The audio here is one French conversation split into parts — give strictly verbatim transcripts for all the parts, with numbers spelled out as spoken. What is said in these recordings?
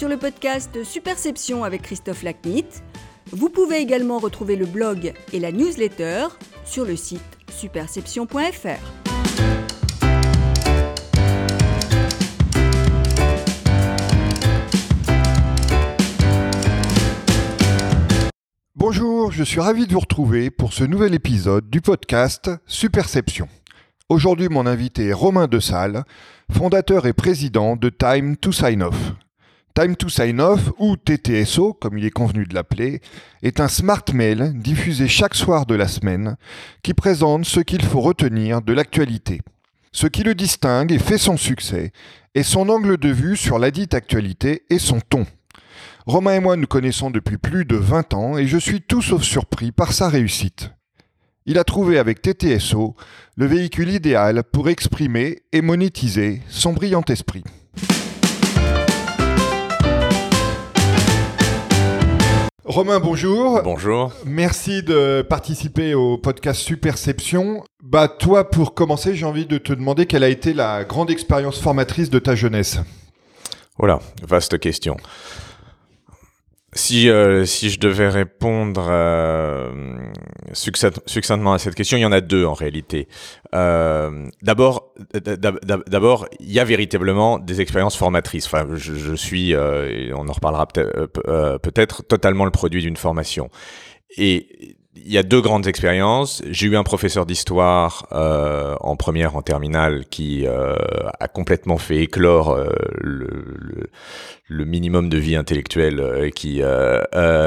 sur le podcast Superception avec Christophe Lacnit. Vous pouvez également retrouver le blog et la newsletter sur le site superception point f r. Bonjour, je suis ravi de vous retrouver pour ce nouvel épisode du podcast Superception. Aujourd'hui, mon invité est Romain Dessalles, fondateur et président de Time to Sign Off. Time to Sign Off, ou T T S O, comme il est convenu de l'appeler, est un smart mail diffusé chaque soir de la semaine qui présente ce qu'il faut retenir de l'actualité. Ce qui le distingue et fait son succès est son angle de vue sur ladite actualité et son ton. Romain et moi nous connaissons depuis plus de vingt ans et je suis tout sauf surpris par sa réussite. Il a trouvé avec T T S O le véhicule idéal pour exprimer et monétiser son brillant esprit. Romain, bonjour. Bonjour. Merci de participer au podcast Superception. Bah, toi, pour commencer, j'ai envie de te demander quelle a été la grande expérience formatrice de ta jeunesse. Voilà, vaste question. Si euh, si je devais répondre euh, succinctement à cette question, il y en a deux en réalité. Euh, d'abord, d'abord, il y a véritablement des expériences formatrices. Enfin, je, je suis, euh, et on en reparlera peut-être, euh, peut-être totalement le produit d'une formation. Et il y a deux grandes expériences. J'ai eu un professeur d'histoire euh, en première, en terminale, qui euh, a complètement fait éclore euh, le, le, le minimum de vie intellectuelle euh, qui, euh,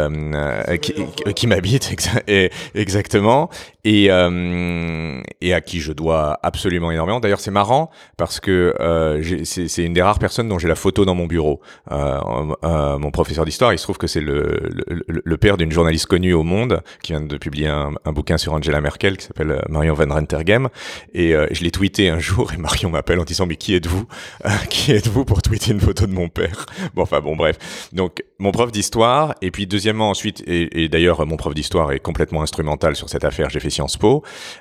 euh, qui, qui, qui m'habite exa- et, exactement, et, euh, et à qui je dois absolument énormément. D'ailleurs, c'est marrant parce que euh, j'ai, c'est, c'est une des rares personnes dont j'ai la photo dans mon bureau. Euh, euh, mon professeur d'histoire, il se trouve que c'est le, le, le père d'une journaliste connue au monde qui vient de publié un, un bouquin sur Angela Merkel qui s'appelle euh, Marion Van Rentergem, et euh, je l'ai tweeté un jour et Marion m'appelle en disant mais qui êtes-vous euh, qui êtes-vous pour tweeter une photo de mon père. Bon enfin bon bref, donc mon prof d'histoire, et puis deuxièmement ensuite, et, et d'ailleurs mon prof d'histoire est complètement instrumental sur cette affaire, j'ai fait Sciences Po,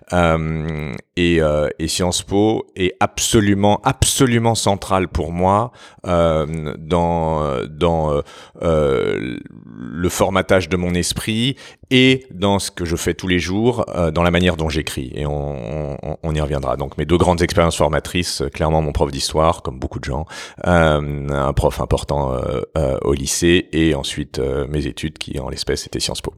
euh, et, euh, et Sciences Po est absolument absolument central pour moi euh, dans dans euh, euh, le formatage de mon esprit et dans ce que je fais tous les jours, euh, dans la manière dont j'écris. Et on, on, on y reviendra. Donc mes deux grandes expériences formatrices, euh, clairement mon prof d'histoire, comme beaucoup de gens, euh, un prof important euh, euh, au lycée, et ensuite euh, mes études qui, en l'espèce, étaient Sciences Po.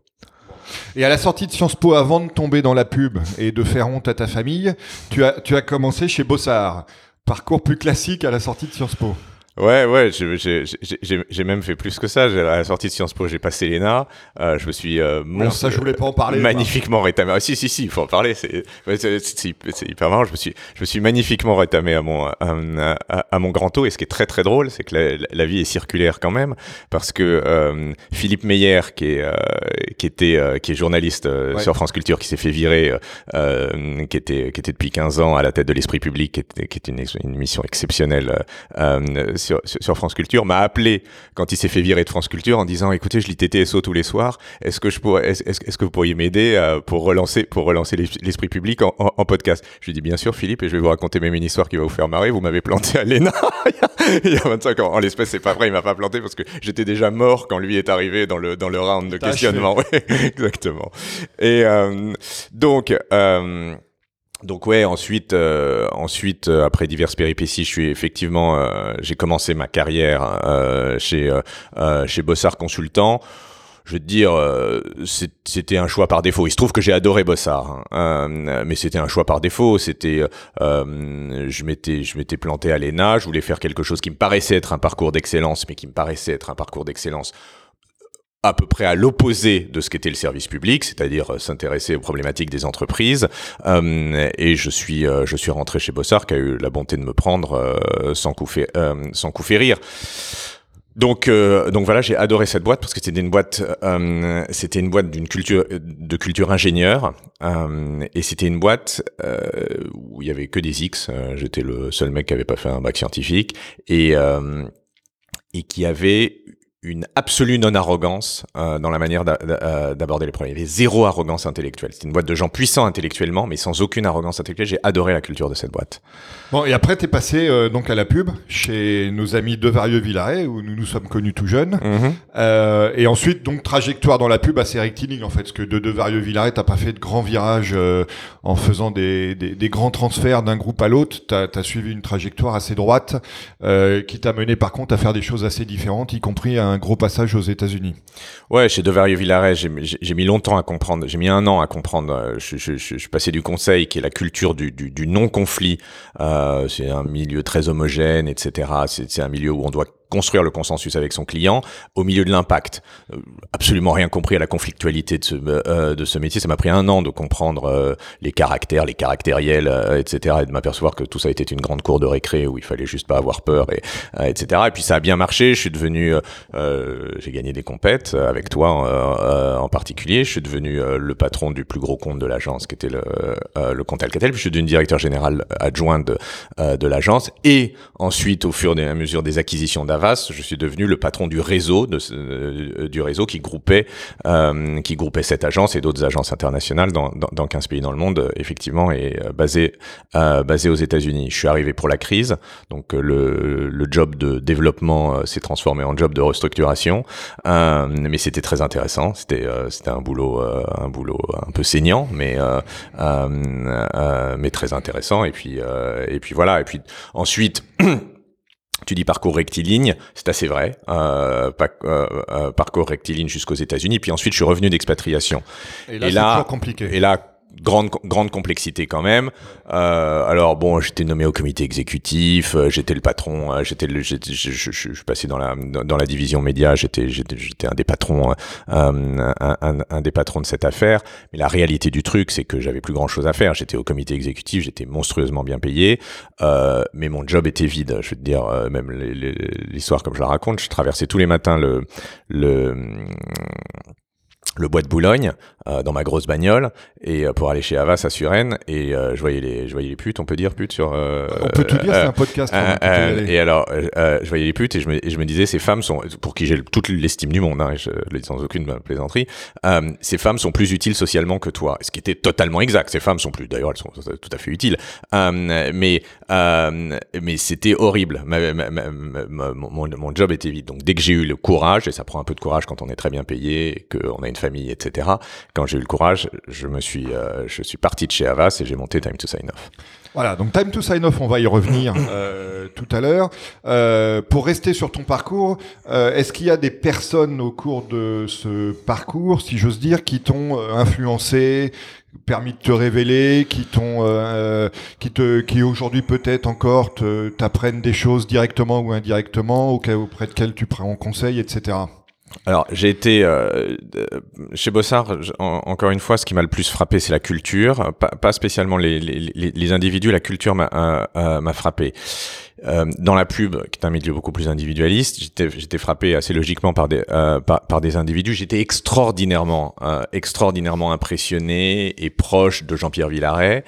Et à la sortie de Sciences Po, avant de tomber dans la pub et de faire honte à ta famille, tu as, tu as commencé chez Bossard. Parcours plus classique à la sortie de Sciences Po. Ouais, ouais, j'ai, j'ai, j'ai, j'ai même fait plus que ça. J'ai, à la sortie de Sciences Po, j'ai passé l'E N A. Euh, je me suis euh, mon... ça, je voulais pas en parler. Magnifiquement rétamé. Ah, si, si, si, il faut en parler. C'est, c'est, c'est, c'est hyper marrant. Je me suis, je me suis magnifiquement rétamé à mon, à, à, à mon grand taux. Et ce qui est très, très drôle, c'est que la, la vie est circulaire quand même, parce que euh, Philippe Meyer, qui est, euh, qui était, euh, qui est journaliste euh, ouais. sur France Culture, qui s'est fait virer, euh, qui était, qui était depuis quinze ans à la tête de l'Esprit Public, qui était, qui était une, une émission exceptionnelle. Euh, Sur, sur France Culture, m'a appelé quand il s'est fait virer de France Culture en disant écoutez, je lis T T S O tous les soirs, est-ce que je pourrais, est-ce, est-ce que vous pourriez m'aider euh, pour relancer pour relancer l'Esprit Public en, en, en podcast. Je lui dis bien sûr Philippe, et je vais vous raconter même une histoire qui va vous faire marrer. Vous m'avez planté à l'E N A il y a vingt-cinq ans. En l'espèce, c'est pas vrai, il m'a pas planté parce que j'étais déjà mort quand lui est arrivé dans le dans le round de T'as questionnement. Ouais, exactement. Et euh, donc euh, Donc ouais, ensuite, euh, ensuite euh, après diverses péripéties, je suis effectivement, euh, j'ai commencé ma carrière euh, chez euh, chez Bossard Consultant. Je vais te dire, euh, c'est, c'était un choix par défaut. Il se trouve que j'ai adoré Bossard, hein, euh, mais c'était un choix par défaut. C'était, euh, je m'étais, je m'étais planté à l'E N A. Je voulais faire quelque chose qui me paraissait être un parcours d'excellence, mais qui me paraissait être un parcours d'excellence à peu près à l'opposé de ce qu'était le service public, c'est-à-dire euh, s'intéresser aux problématiques des entreprises. Euh, et je suis, euh, je suis rentré chez Bossard, qui a eu la bonté de me prendre euh, sans coup fait, euh, sans coup fait rire. Donc, euh, donc voilà, j'ai adoré cette boîte parce que c'était une boîte, euh, c'était une boîte d'une culture, de culture ingénieure, euh, et c'était une boîte euh, où il y avait que des X. Euh, j'étais le seul mec qui avait pas fait un bac scientifique, et euh, et qui avait une absolue non-arrogance euh, dans la manière d'a- d'a- d'aborder les problèmes. Il y avait zéro arrogance intellectuelle. C'était une boîte de gens puissants intellectuellement, mais sans aucune arrogance intellectuelle. J'ai adoré la culture de cette boîte. Bon, et après, t'es passé euh, donc à la pub chez nos amis de Varieux-Villaret, où nous nous sommes connus tout jeunes. Mm-hmm. Euh, et ensuite, donc, trajectoire dans la pub assez rectiligne, en fait, parce que de, de Varieux-Villaret, t'as pas fait de grands virages euh, en faisant des, des, des grands transferts d'un groupe à l'autre. T'as, t'as suivi une trajectoire assez droite, euh, qui t'a mené, par contre, à faire des choses assez différentes, y compris à un gros passage aux États-Unis. Ouais, chez De Varieux-Villaret, j'ai, j'ai, j'ai mis longtemps à comprendre. J'ai mis un an à comprendre. Je, je, je, je suis passé du conseil, qui est la culture du, du, du non-conflit. Euh, c'est un milieu très homogène, et cetera. C'est, c'est un milieu où on doit construire le consensus avec son client, au milieu de l'impact. Euh, absolument rien compris à la conflictualité de ce, euh, de ce métier. Ça m'a pris un an de comprendre euh, les caractères, les caractériels, euh, et cetera, et de m'apercevoir que tout ça était une grande cour de récré où il fallait juste pas avoir peur, et, euh, et cetera. Et puis ça a bien marché. Je suis devenu, euh, j'ai gagné des compètes avec toi euh, en particulier. Je suis devenu euh, le patron du plus gros compte de l'agence, qui était le, euh, le compte Alcatel. Puis je suis devenu directeur général adjoint de, euh, de l'agence. Et ensuite, au fur et à mesure des acquisitions d'Avas, je suis devenu le patron du réseau, de, euh, du réseau qui groupait, euh, qui groupait cette agence et d'autres agences internationales dans, dans, dans quinze pays dans le monde, effectivement, et euh, basé, euh, basé aux États-Unis. Je suis arrivé pour la crise, donc euh, le, le job de développement euh, s'est transformé en job de restructuration, euh, mais c'était très intéressant. C'était, euh, c'était un boulot, euh, un boulot un peu saignant, mais euh, euh, euh, mais très intéressant. Et puis, euh, et puis voilà. Et puis ensuite. Tu dis parcours rectiligne, c'est assez vrai. Euh, pas, euh, euh, parcours rectiligne jusqu'aux États-Unis, puis ensuite je suis revenu d'expatriation. Et là, et c'est là, toujours compliqué. Et là, grande grande complexité quand même. Euh, alors bon, j'étais nommé au comité exécutif, euh, j'étais le patron, euh, j'étais le, j'étais, je, je, je, je suis passé dans la dans, dans la division média, j'étais j'étais j'étais un des patrons, euh, un, un, un des patrons de cette affaire. Mais la réalité du truc, c'est que j'avais plus grand chose à faire. J'étais au comité exécutif, j'étais monstrueusement bien payé, euh, mais mon job était vide. Je veux te dire, euh, même les, les, l'histoire comme je la raconte, je traversais tous les matins le le le bois de Boulogne euh, dans ma grosse bagnole et euh, pour aller chez Havas à Suresnes et euh, je voyais les je voyais les putes, on peut dire putes sur euh, on peut tout dire, euh, c'est un podcast. euh, on euh, et alors euh, je voyais les putes et je me et je me disais, ces femmes sont, pour qui j'ai toute l'estime du monde, hein, et je le dis sans aucune plaisanterie, euh, ces femmes sont plus utiles socialement que toi, ce qui était totalement exact. Ces femmes sont plus, d'ailleurs elles sont tout à fait utiles, euh, mais euh, mais c'était horrible. Ma, ma, ma, ma, mon, mon job était vide. Donc dès que j'ai eu le courage, et ça prend un peu de courage quand on est très bien payé, qu'on a une famille, et cetera. Quand j'ai eu le courage, je me suis, euh, je suis parti de chez Havas et j'ai monté Time to Sign Off. Voilà, donc Time to Sign Off, on va y revenir euh, tout à l'heure. Euh, pour rester sur ton parcours, euh, est-ce qu'il y a des personnes au cours de ce parcours, si j'ose dire, qui t'ont euh, influencé, permis de te révéler, qui t'ont, euh, qui te, qui aujourd'hui peut-être encore te, t'apprennent des choses directement ou indirectement, auprès, auprès de quelles tu prends conseil, et cetera. Alors, j'ai été euh, chez Bossard, en, encore une fois, ce qui m'a le plus frappé, c'est la culture, pas, pas spécialement les, les, les, les individus, la culture m'a, euh, m'a frappé. Euh, dans la pub, qui est un milieu beaucoup plus individualiste, j'étais, j'étais frappé assez logiquement par des, euh, par, par des individus. J'étais extraordinairement, euh, extraordinairement impressionné et proche de Jean-Pierre Villaret.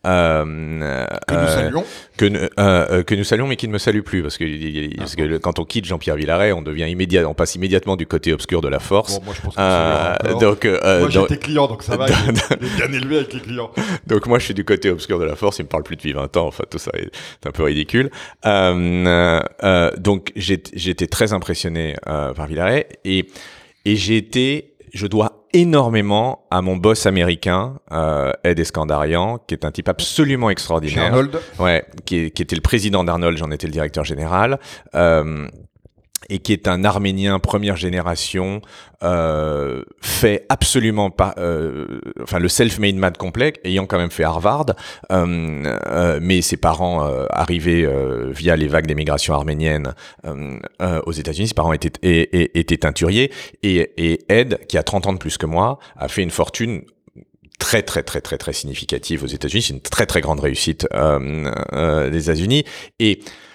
Euh, que nous euh, saluons. Que, euh, euh, que nous saluons, mais qui ne me salue plus, parce que, ah, parce que quand on quitte Jean-Pierre Villaret, on devient immédiat, on passe immédiatement du côté obscur de la force. Bon, moi, je pense que euh, donc, euh, moi, donc, j'étais client, donc ça va. Il est bien élevé avec les clients. Donc, moi, je suis du côté obscur de la force. Il me parle plus depuis vingt ans. Enfin, tout ça est un peu ridicule. Euh, euh, donc, j'ai, j'étais très impressionné euh, par Villaret et et j'ai été, je dois énormément à mon boss américain, euh, Ed Eskandarian, qui est un type absolument extraordinaire. Chez Arnold. Ouais, qui, est, qui était le président d'Arnold, j'en étais le directeur général. Euh, et qui est un Arménien première génération, euh, fait absolument pas, euh, enfin le self-made man complet, ayant quand même fait Harvard, euh, euh, mais ses parents euh, arrivés euh, via les vagues d'émigration arménienne euh, euh, aux États-Unis, ses parents étaient étaient, étaient teinturiers, et, et Ed, qui a trente ans de plus que moi, a fait une fortune très très très très très significative aux États-Unis. C'est une très très grande réussite euh, euh, des États-Unis, et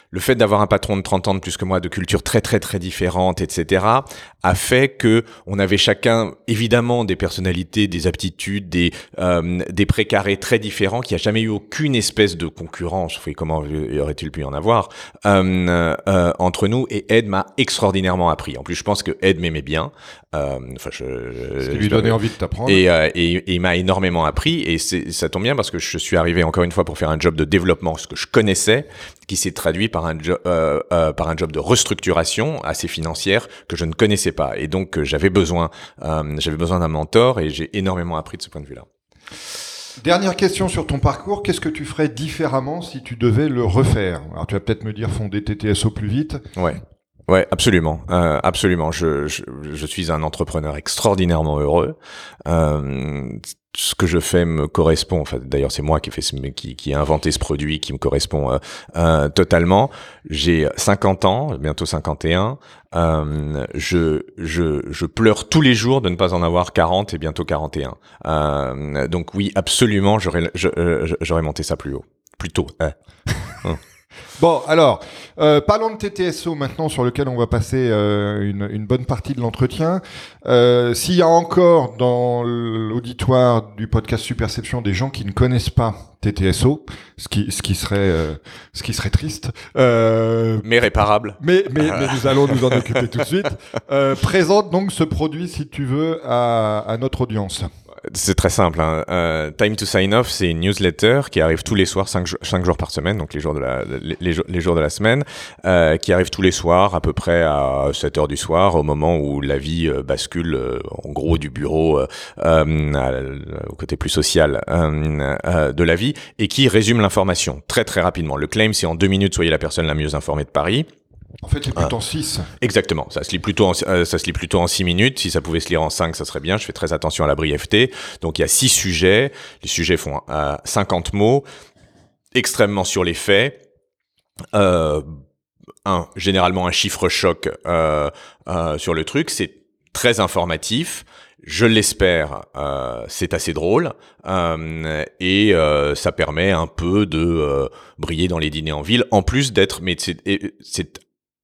le fait d'avoir un patron de trente ans de plus que moi, de culture très très très différente, et cetera, a fait que on avait chacun évidemment des personnalités, des aptitudes, des euh, des précarés très différents, qui a jamais eu aucune espèce de concurrence. Enfin, comment aurait-il pu y en avoir euh, euh, entre nous? Et Ed m'a extraordinairement appris. En plus, je pense que Ed m'aimait bien. Euh, enfin, je, Ce qui lui donnait envie de t'apprendre. Et, euh, et, et il m'a énormément appris. Et c'est, ça tombe bien parce que je suis arrivé encore une fois pour faire un job de développement, ce que je connaissais, qui s'est traduit par un, jo- euh, euh, par un job de restructuration assez financière que je ne connaissais pas. Et donc, euh, j'avais besoin, euh, j'avais besoin d'un mentor et j'ai énormément appris de ce point de vue-là. Dernière question sur ton parcours. Qu'est-ce que tu ferais différemment si tu devais le refaire? Alors, tu vas peut-être me dire fonder T T S O plus vite. Ouais. Ouais, absolument, euh, absolument. Je, je, je suis un entrepreneur extraordinairement heureux. Euh, ce que je fais me correspond. Enfin, d'ailleurs, c'est moi qui ai fait ce, qui, qui a inventé ce produit, qui me correspond euh, euh, totalement. J'ai cinquante ans, bientôt cinquante et un. Euh, je, je, je pleure tous les jours de ne pas en avoir quarante et bientôt quarante et un. Euh, donc oui, absolument, j'aurais, j'aurais monté ça plus haut, plus tôt. Hein. Bon, alors, euh, parlons de T T S O maintenant, sur lequel on va passer euh, une, une bonne partie de l'entretien. Euh, s'il y a encore dans l'auditoire du podcast Superception des gens qui ne connaissent pas T T S O, ce qui, ce qui serait, euh, ce qui serait triste. Euh, mais réparable. Mais, mais, mais nous allons nous en occuper tout de suite. Euh, présente donc ce produit, si tu veux, à, à notre audience. C'est très simple. Hein. Euh, Time to Sign Off, c'est une newsletter qui arrive tous les soirs, cinq, cinq jours par semaine, donc les jours de la, les, les, les jours de la semaine, euh, qui arrive tous les soirs, à peu près à sept heures du soir, au moment où la vie euh, bascule, euh, en gros, du bureau euh, euh, au côté plus social euh, euh, de la vie, et qui résume l'information très très rapidement. Le claim, c'est en deux minutes, soyez la personne la mieux informée de Paris. En fait, c'est plutôt en six. Exactement. Ça se lit plutôt en, euh, ça se lit plutôt en six minutes. Si ça pouvait se lire en cinq, ça serait bien. Je fais très attention à la brièveté. Donc, il y a six sujets. Les sujets font euh, cinquante mots, extrêmement sur les faits. Euh, un, généralement un chiffre choc euh, euh, sur le truc. C'est très informatif. Je l'espère, euh, c'est assez drôle euh, et euh, ça permet un peu de euh, briller dans les dîners en ville. En plus d'être, mais c'est, c'est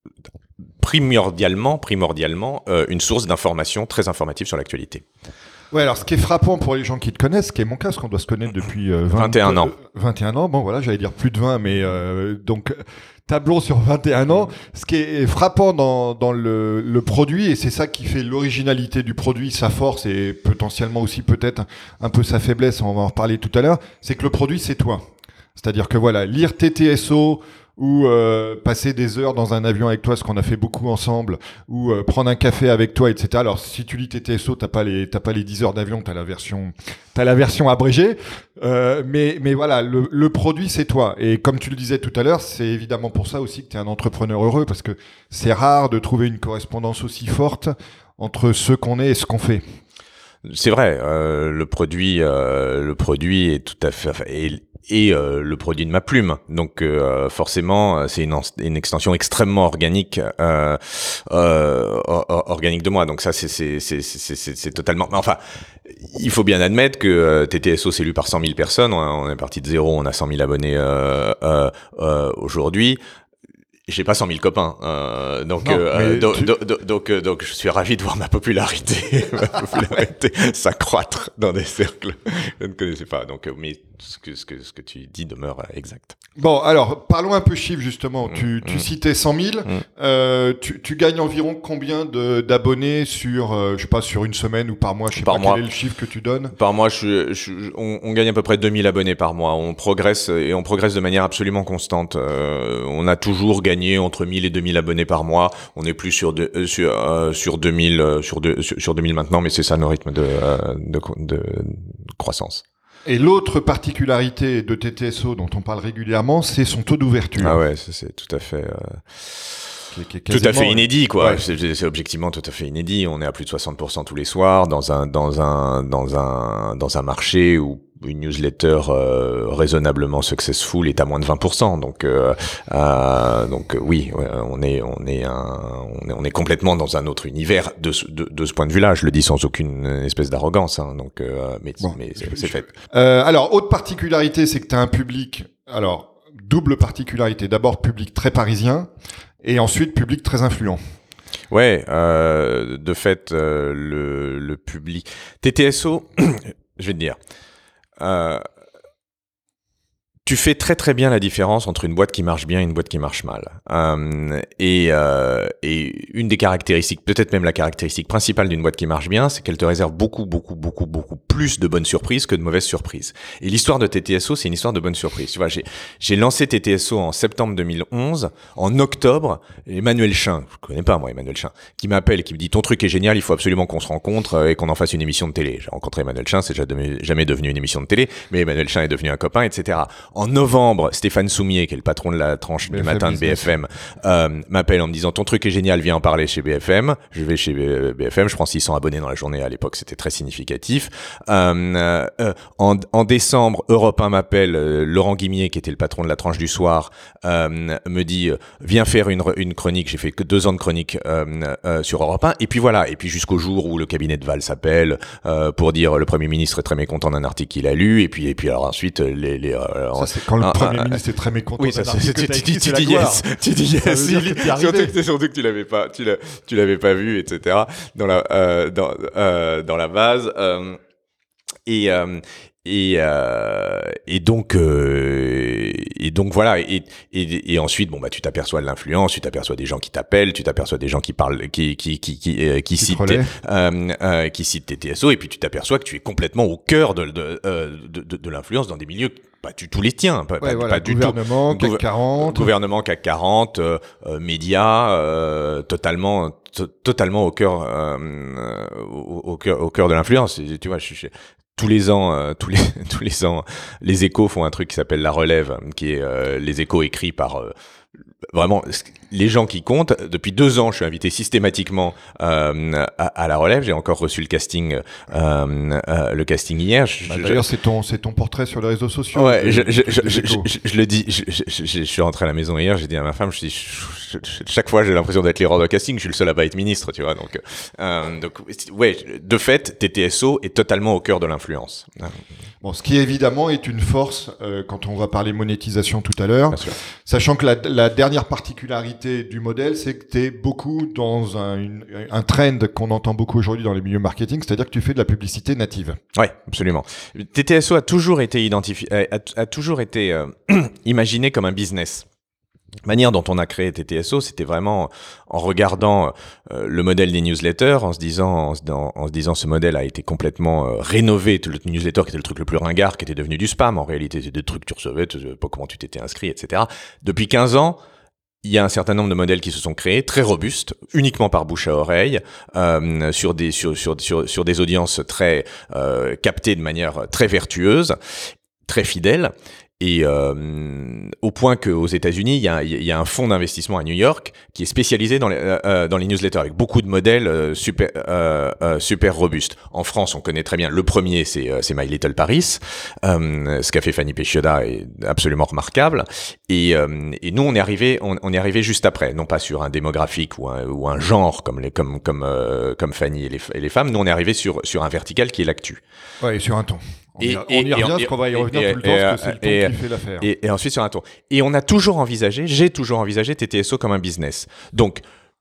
primordialement, primordialement euh, une source d'information très informative sur l'actualité. Ouais, alors ce qui est frappant pour les gens qui te connaissent, ce qui est mon cas, parce qu'on doit se connaître depuis euh, vingt, vingt et un ans. Euh, vingt et un ans, bon voilà, j'allais dire plus de vingt, mais euh, donc tableau sur vingt et un ans. Ce qui est frappant dans, dans le, le produit, et c'est ça qui fait l'originalité du produit, sa force et potentiellement aussi peut-être un peu sa faiblesse, on va en reparler tout à l'heure, c'est que le produit c'est toi. C'est-à-dire que voilà, lire T T S O ou euh, passer des heures dans un avion avec toi, ce qu'on a fait beaucoup ensemble, ou euh, prendre un café avec toi, et cetera. Alors si tu lis T T S O, t'as pas les t'as pas les dix heures d'avion, t'as la version t'as la version abrégée. Euh, mais mais voilà, le, le produit c'est toi. Et comme tu le disais tout à l'heure, c'est évidemment pour ça aussi que t'es un entrepreneur heureux, parce que c'est rare de trouver une correspondance aussi forte entre ce qu'on est et ce qu'on fait. C'est vrai, euh, le produit, euh, le produit est tout à fait, enfin, est, et euh, le produit de ma plume. Donc euh, forcément, c'est une, une extension extrêmement organique, euh, euh, organique de moi. Donc ça, c'est c'est c'est c'est c'est, c'est totalement. Enfin, il faut bien admettre que euh, T T S O c'est lu par cent mille personnes. On, on est parti de zéro, on a cent mille abonnés euh, euh, euh, aujourd'hui. J'ai pas cent mille copains, euh, donc, non, euh, do, tu... do, do, donc donc donc je suis ravi de voir ma popularité, ma popularité s'accroître dans des cercles que je ne connaissais pas. Donc, mais ce que ce que ce que tu dis demeure exact. Bon, alors parlons un peu chiffres justement. Mmh, tu tu mmh. citais cent mille. Mmh. Euh, tu tu gagnes environ combien de d'abonnés sur euh, je sais pas sur une semaine ou par mois, je sais par pas mois. Quel est le chiffre que tu donnes. Par mois, je, je on, on gagne à peu près deux mille abonnés par mois. On progresse et on progresse de manière absolument constante. Euh, on a toujours gagné entre mille et deux mille abonnés par mois. On est plus sur de, euh, sur euh, sur deux mille euh, sur deux sur, sur deux mille maintenant, mais c'est ça nos rythmes de, euh, de de croissance. Et l'autre particularité de T T S O dont on parle régulièrement, c'est son taux d'ouverture. Ah ouais, c'est, c'est tout à fait euh... Qui est, qui est tout à fait inédit, quoi. Ouais. C'est, c'est objectivement tout à fait inédit. On est à plus de soixante pour cent tous les soirs dans un dans un dans un dans un marché où une newsletter euh, raisonnablement successful est à moins de vingt pour cent. Donc euh, euh, donc oui, ouais, on est on est un on est on est complètement dans un autre univers de ce, de, de ce point de vue-là. Je le dis sans aucune espèce d'arrogance. Hein, donc euh, mais bon, mais je, c'est je, fait. Euh, alors autre particularité, c'est que tu as un public. Alors double particularité. D'abord, public très parisien et ensuite, public très influent. Ouais, euh, de fait, euh, le, le public... T T S O, je vais te dire... Euh, Tu fais très très bien la différence entre une boîte qui marche bien et une boîte qui marche mal. Euh, et, euh, et une des caractéristiques, peut-être même la caractéristique principale d'une boîte qui marche bien, c'est qu'elle te réserve beaucoup, beaucoup, beaucoup, beaucoup plus de bonnes surprises que de mauvaises surprises. Et l'histoire de T T S O, c'est une histoire de bonnes surprises. Tu vois, j'ai, j'ai lancé T T S O en septembre deux mille onze. En octobre, Emmanuel Chin, je connais pas moi Emmanuel Chin, qui m'appelle et qui me dit « Ton truc est génial, il faut absolument qu'on se rencontre et qu'on en fasse une émission de télé. » J'ai rencontré Emmanuel Chin, c'est jamais devenu une émission de télé, mais Emmanuel Chin est devenu un copain, et cetera. En novembre, Stéphane Soumier, qui est le patron de la tranche B F M du matin de B F M, euh, m'appelle en me disant « Ton truc est génial, viens en parler chez B F M. » Je vais chez B F M, je prends six cents abonnés dans la journée à l'époque, c'était très significatif. Euh, euh, en, en décembre, Europe un m'appelle, euh, Laurent Guimier, qui était le patron de la tranche du soir, euh, me dit euh, « Viens faire une, une chronique. » J'ai fait que deux ans de chronique euh, euh, sur Europe un. Et puis voilà, et puis jusqu'au jour où le cabinet de Val s'appelle euh, pour dire « Le Premier ministre est très mécontent d'un article qu'il a lu. » Et puis, et puis alors ensuite, les... les euh, ça, c'est quand le Premier ministre est très mécontent. Oui, ça, c'est, tu, tu, tu dis yes, tu dis yes, surtout que, surtout que tu l'avais pas, tu, l'as, tu l'avais pas vu, et cetera. Dans la, euh, dans, euh, dans la base, euh, et, euh, et, euh, et donc, euh, et donc voilà, et, et, et ensuite, bon bah, tu t'aperçois de l'influence, tu t'aperçois des gens qui t'appellent, tu t'aperçois des gens qui parlent, qui, qui, qui, qui, euh, qui citent, euh, euh, qui citent T T S O, et puis tu t'aperçois que tu es complètement au cœur de, de, de, de, de l'influence dans des milieux pas du tout les tiens, pas, ouais, pas, voilà, pas du gouvernement, tout. CAC quarante. Gouvernement, CAC quarante, euh, euh, médias, euh, totalement, t- totalement au cœur, euh, au, au cœur, au cœur de l'influence. Et, tu vois, je, je, tous les ans, euh, tous les, tous les ans, les Échos font un truc qui s'appelle La Relève, qui est euh, les Échos écrits par euh, vraiment les gens qui comptent. Depuis deux ans, je suis invité systématiquement euh, à, à La Relève. J'ai encore reçu le casting, euh, euh, le casting hier. Je, bah, je, d'ailleurs, c'est ton, c'est ton portrait sur les réseaux sociaux. Ouais, je, je, je, je, je, je le dis. Je, je, je, je suis rentré à la maison hier. J'ai dit à ma femme, je dis, je, je, chaque fois, j'ai l'impression d'être l'erreur de casting. Je suis le seul à pas être ministre, tu vois. Donc, euh, donc, ouais, de fait, T T S O est totalement au cœur de l'influence. Bon, ce qui évidemment est une force euh, quand on va parler monétisation tout à l'heure, sachant que la, la dernière particularité du modèle, c'est que tu es beaucoup dans un, une, un trend qu'on entend beaucoup aujourd'hui dans les milieux marketing, c'est-à-dire que tu fais de la publicité native. Ouais, absolument. T T S O a toujours été identifié, a, a toujours été euh, imaginé comme un business. La manière dont on a créé T T S O, c'était vraiment en regardant euh, le modèle des newsletters, en se disant, en se, en, en se disant, ce modèle a été complètement euh, rénové. Le newsletter qui était le truc le plus ringard, qui était devenu du spam. En réalité, c'était des trucs que tu recevais, tu savais pas comment tu t'étais inscrit, et cetera. Depuis quinze ans, il y a un certain nombre de modèles qui se sont créés, très robustes, uniquement par bouche à oreille, euh, sur des sur sur sur sur des audiences très euh, captées de manière très vertueuse, très fidèles. Et euh, au point qu'aux États-Unis, il y a, il y a un fonds d'investissement à New York qui est spécialisé dans les, euh, dans les newsletters avec beaucoup de modèles euh, super, euh, euh, super robustes. En France, on connaît très bien. Le premier, c'est, euh, c'est My Little Paris. Euh, ce qu'a fait Fanny Péchioda est absolument remarquable. Et, euh, et nous, on est arrivé, on, on est arrivé juste après, non pas sur un démographique ou un, ou un genre comme les, comme comme euh, comme Fanny et les, et les femmes. Nous, on est arrivé sur sur un vertical qui est l'actu. Ouais, et sur un ton. On et, y, on y et, revient, et, parce qu'on va y revenir et, tout le temps, et, parce que c'est le ton et, qui fait l'affaire. Et, et ensuite sur un ton. Et on a toujours envisagé, j'ai toujours envisagé T T S O comme un business. Donc,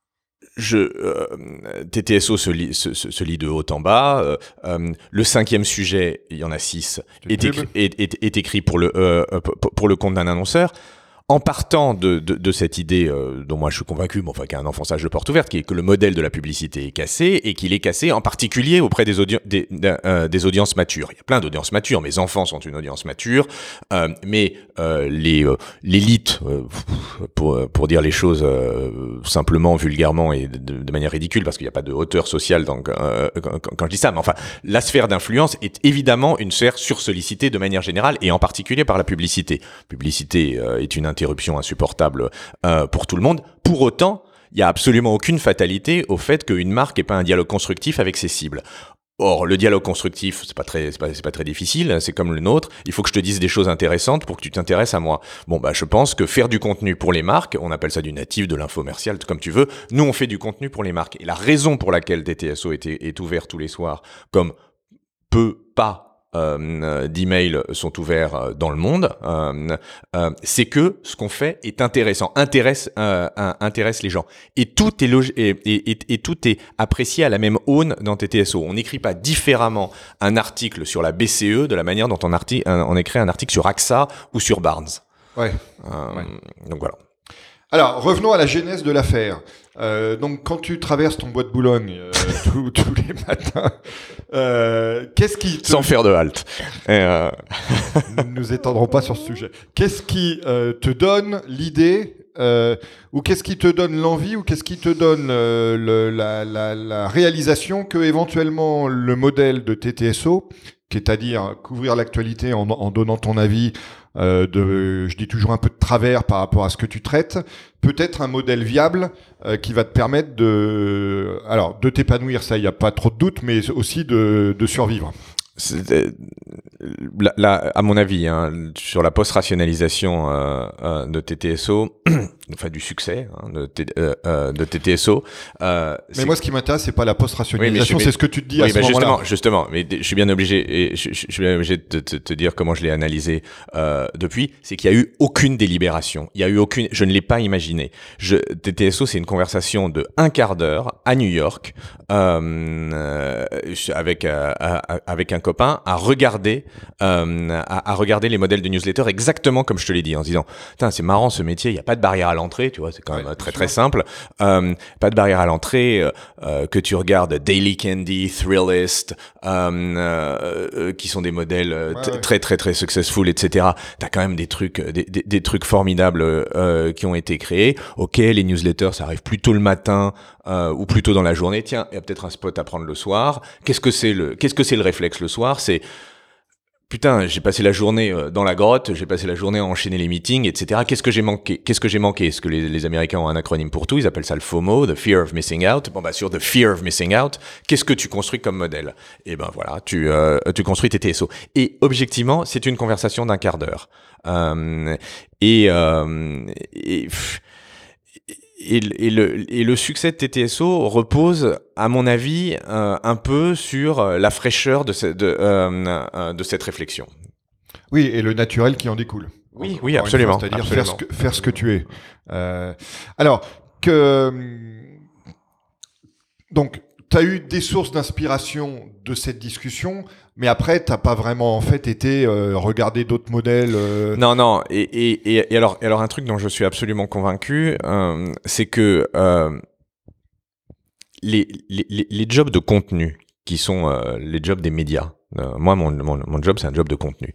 je, euh, T T S O se lit, se, se, se lit de haut en bas. Euh, euh, le cinquième sujet, il y en a six, est écrit, est, est, est écrit pour le, euh, pour, pour le compte d'un annonceur. En partant de, de, de cette idée euh, dont moi je suis convaincu, bon, enfin, qu'il y a un enfonçage de porte ouverte, qui est que le modèle de la publicité est cassé, et qu'il est cassé en particulier auprès des, audi- des, euh, des audiences matures. Il y a plein d'audiences matures, mes enfants sont une audience mature, euh, mais euh, les, euh, l'élite, euh, pour, pour dire les choses euh, simplement, vulgairement et de, de manière ridicule, parce qu'il n'y a pas de hauteur sociale dans, euh, quand, quand je dis ça, mais enfin, la sphère d'influence est évidemment une sphère sursollicitée de manière générale, et en particulier par la publicité. Publicité euh, est une interruption insupportable euh, pour tout le monde. Pour autant, il n'y a absolument aucune fatalité au fait qu'une marque n'ait pas un dialogue constructif avec ses cibles. Or, le dialogue constructif, c'est pas très, c'est pas, c'est pas très difficile, c'est comme le nôtre. Il faut que je te dise des choses intéressantes pour que tu t'intéresses à moi. Bon, bah, je pense que faire du contenu pour les marques, on appelle ça du natif, de l'infomercial, comme tu veux. Nous, on fait du contenu pour les marques. Et la raison pour laquelle T T S O est, est ouvert tous les soirs, comme peu, pas, euh, d'emails sont ouverts dans le monde, euh, euh, c'est que ce qu'on fait est intéressant, intéresse, euh, intéresse les gens. Et tout est, log- et, et, et, et tout est apprécié à la même aune dans T T S O. On n'écrit pas différemment un article sur la B C E de la manière dont on, arti- on écrit un article sur A X A ou sur Barnes. Ouais. Euh, ouais. Donc voilà. Alors, revenons à la genèse de l'affaire. Euh, donc, quand tu traverses ton bois de Boulogne euh, tous, tous les matins, euh, qu'est-ce qui te... Sans faire de halte. Et euh... Nous ne nous étendrons pas sur ce sujet. Qu'est-ce qui euh, te donne l'idée euh, ou qu'est-ce qui te donne l'envie ou qu'est-ce qui te donne euh, le, la, la, la réalisation que éventuellement le modèle de T T S O, qui est à dire couvrir l'actualité en, en donnant ton avis, Euh, de, je dis toujours un peu de travers par rapport à ce que tu traites, peut-être un modèle viable euh, qui va te permettre de, alors de t'épanouir, ça il y a pas trop de doute, mais aussi de, de survivre. C'est, là, là, à mon avis, hein, sur la post-rationalisation euh, euh, de T T S O, enfin du succès hein, de, T, euh, euh, de T T S O. Euh, mais c'est... moi, ce qui m'intéresse, c'est pas la post-rationalisation, oui, je, c'est ce que tu te dis oui, à ce bah moment-là. Justement, justement, mais je suis bien obligé, et je, je, je suis bien obligé de te, te, te dire comment je l'ai analysé euh, depuis. C'est qu'il y a eu aucune délibération. Il y a eu aucune. Je ne l'ai pas imaginé. Je, T T S O, c'est une conversation de un quart d'heure à New York euh, euh, avec euh, avec un copain à regarder euh, à, à regarder les modèles de newsletter exactement comme je te l'ai dit, en se disant putain c'est marrant ce métier, il y a pas de barrière à l'entrée, tu vois, c'est quand même ouais, très très simple, euh, pas de barrière à l'entrée, euh, euh, que tu regardes Daily Candy, Thrillist, euh, euh, qui sont des modèles euh, t- ouais, ouais. très très très successful, et cetera. T'as quand même des trucs des, des, des trucs formidables euh, qui ont été créés. Ok, les newsletters ça arrive plutôt le matin euh, ou plutôt dans la journée. Tiens, il y a peut-être un spot à prendre le soir. Qu'est-ce que c'est le qu'est-ce que c'est le réflexe le soir? C'est putain, j'ai passé la journée dans la grotte, j'ai passé la journée à enchaîner les meetings, et cetera. Qu'est-ce que j'ai manqué? Qu'est-ce que j'ai manqué? Est-ce que les, les Américains ont un acronyme pour tout? Ils appellent ça le FOMO, the fear of missing out. Bon bah sur the fear of missing out, qu'est-ce que tu construis comme modèle? Et ben voilà, tu euh, tu construis T T S O. Et objectivement, c'est une conversation d'un quart d'heure. Euh, et euh, et pff, Et, et, le, et le succès de T T S O repose, à mon avis, euh, un peu sur la fraîcheur de, ce, de, euh, de cette réflexion. Oui, et le naturel qui en découle. Oui, Encore oui, absolument. Fois, c'est-à-dire absolument. Faire, ce que, faire ce que tu es. Euh, alors, que, donc, tu as eu des sources d'inspiration de cette discussion, mais après, tu n'as pas vraiment en fait été euh, regarder d'autres modèles. Euh... Non, non. Et, et, et, alors, et alors, un truc dont je suis absolument convaincu, euh, c'est que euh, les, les, les jobs de contenu, qui sont euh, les jobs des médias, euh, moi, mon, mon, mon job, c'est un job de contenu.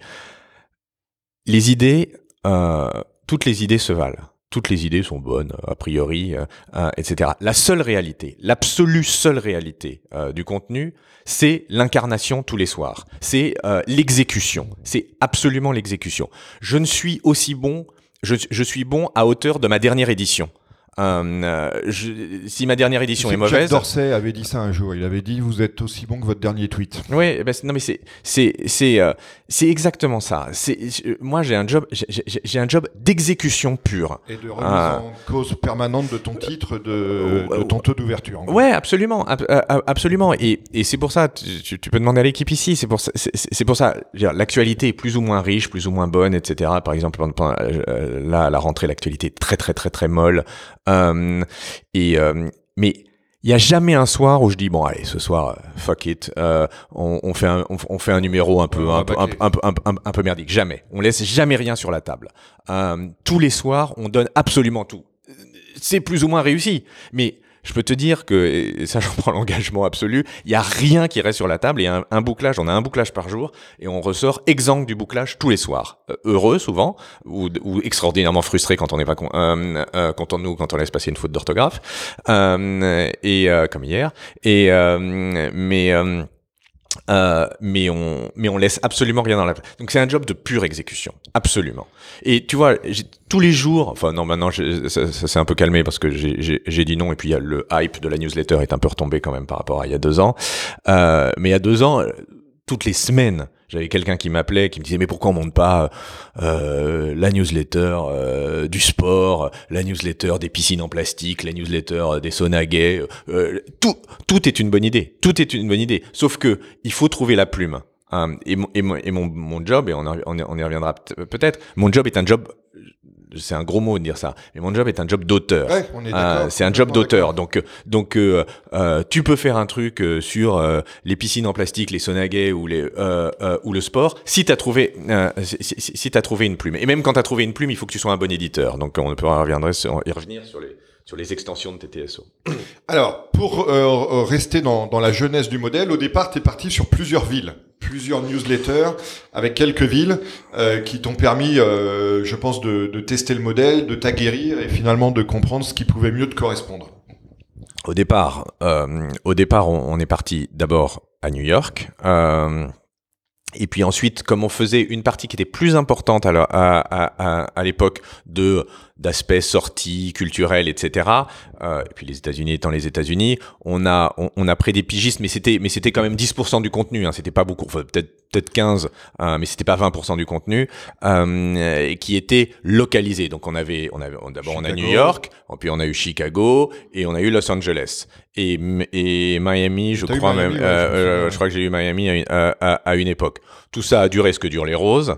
Les idées, euh, toutes les idées se valent. Toutes les idées sont bonnes, a priori, euh, euh, et cetera. La seule réalité, l'absolue seule réalité euh, du contenu, c'est l'incarnation tous les soirs. C'est euh, l'exécution. C'est absolument l'exécution. Je ne suis aussi bon, je, je suis bon à hauteur de ma dernière édition. Euh, je, si ma dernière édition est mauvaise. Jack Dorsey avait dit ça un jour. Il avait dit vous êtes aussi bon que votre dernier tweet. Oui, ben non mais c'est c'est c'est euh, c'est exactement ça. C'est moi j'ai un job j'ai, j'ai un job d'exécution pure. Et de remise euh, en cause permanente de ton titre, de, euh, de ton taux d'ouverture. Ouais, absolument, ab- absolument. Et et c'est pour ça tu, tu peux demander à l'équipe ici. C'est pour ça c'est, c'est pour ça. Je veux dire, l'actualité est plus ou moins riche, plus ou moins bonne, et cetera. Par exemple, pendant, euh, là à la rentrée, l'actualité est très très très très molle. Euh, et euh, mais il y a jamais un soir où je dis bon allez ce soir euh, fuck it euh, on, on fait un on, on fait un numéro un peu ouais, un, peu, un, un, un, un, un peu merdique. Jamais, on laisse jamais rien sur la table. Euh, tous les soirs on donne absolument tout. C'est plus ou moins réussi, mais je peux te dire que, et ça j'en prends l'engagement absolu, il y a rien qui reste sur la table. Il y a un, un bouclage, on a un bouclage par jour et on ressort exempt du bouclage tous les soirs. Euh, heureux souvent ou, ou extraordinairement frustré quand on n'est pas con, euh, euh, content de nous quand on laisse passer une faute d'orthographe euh, et euh, comme hier. Et euh, mais euh, Euh, mais on mais on laisse absolument rien dans la place. Donc c'est un job de pure exécution, absolument. Et tu vois, j'ai, tous les jours, enfin non maintenant j'ai, ça, ça s'est un peu calmé parce que j'ai, j'ai j'ai dit non et puis il y a le hype de la newsletter est un peu retombé quand même par rapport à il y a deux ans. Euh, mais il y a deux ans, toutes les semaines, j'avais quelqu'un qui m'appelait, qui me disait mais pourquoi on monte pas euh, la newsletter euh, du sport, la newsletter des piscines en plastique, la newsletter des saunas gays, euh, tout tout est une bonne idée, tout est une bonne idée. Sauf que il faut trouver la plume. Euh, et mon, et, mon, et mon, mon job, et on, en, on, on y reviendra peut-être, mon job est un job, c'est un gros mot de dire ça, mais mon job est un job d'auteur. Ouais, on est d'accord. Euh, c'est un job d'auteur. Donc, donc euh, euh, tu peux faire un truc euh, sur euh, les piscines en plastique, les sonaguets ou, les, euh, euh, ou le sport, si tu as trouvé, euh, si, si, si t'as trouvé une plume. Et même quand tu as trouvé une plume, il faut que tu sois un bon éditeur. Donc, on peut reviendra sur, y revenir sur les... sur les extensions de T T S O. Alors, pour euh, rester dans, dans la jeunesse du modèle, au départ, tu es parti sur plusieurs villes, plusieurs newsletters, avec quelques villes euh, qui t'ont permis, euh, je pense, de, de tester le modèle, de t'aguerrir et finalement de comprendre ce qui pouvait mieux te correspondre. Au départ, euh, au départ on, on est parti d'abord à New York. Euh, Et puis ensuite, comme on faisait une partie qui était plus importante à, la, à, à, à l'époque de d'aspects sorties culturels, et cetera. Euh, et puis les États-Unis étant les États-Unis, on a on, on a pris des pigistes, mais c'était mais c'était quand même dix pour cent du contenu. Hein, c'était pas beaucoup, enfin, peut-être peut-être quinze, euh, mais c'était pas vingt pour cent du contenu euh, qui était localisé. Donc on avait on avait d'abord Chicago. On a New York, puis on a eu Chicago et on a eu Los Angeles et et Miami, je T'as crois Miami, même. ouais, euh, je, euh, je crois que j'ai eu Miami à une, à, à une époque. Tout ça a duré ce que durent les roses.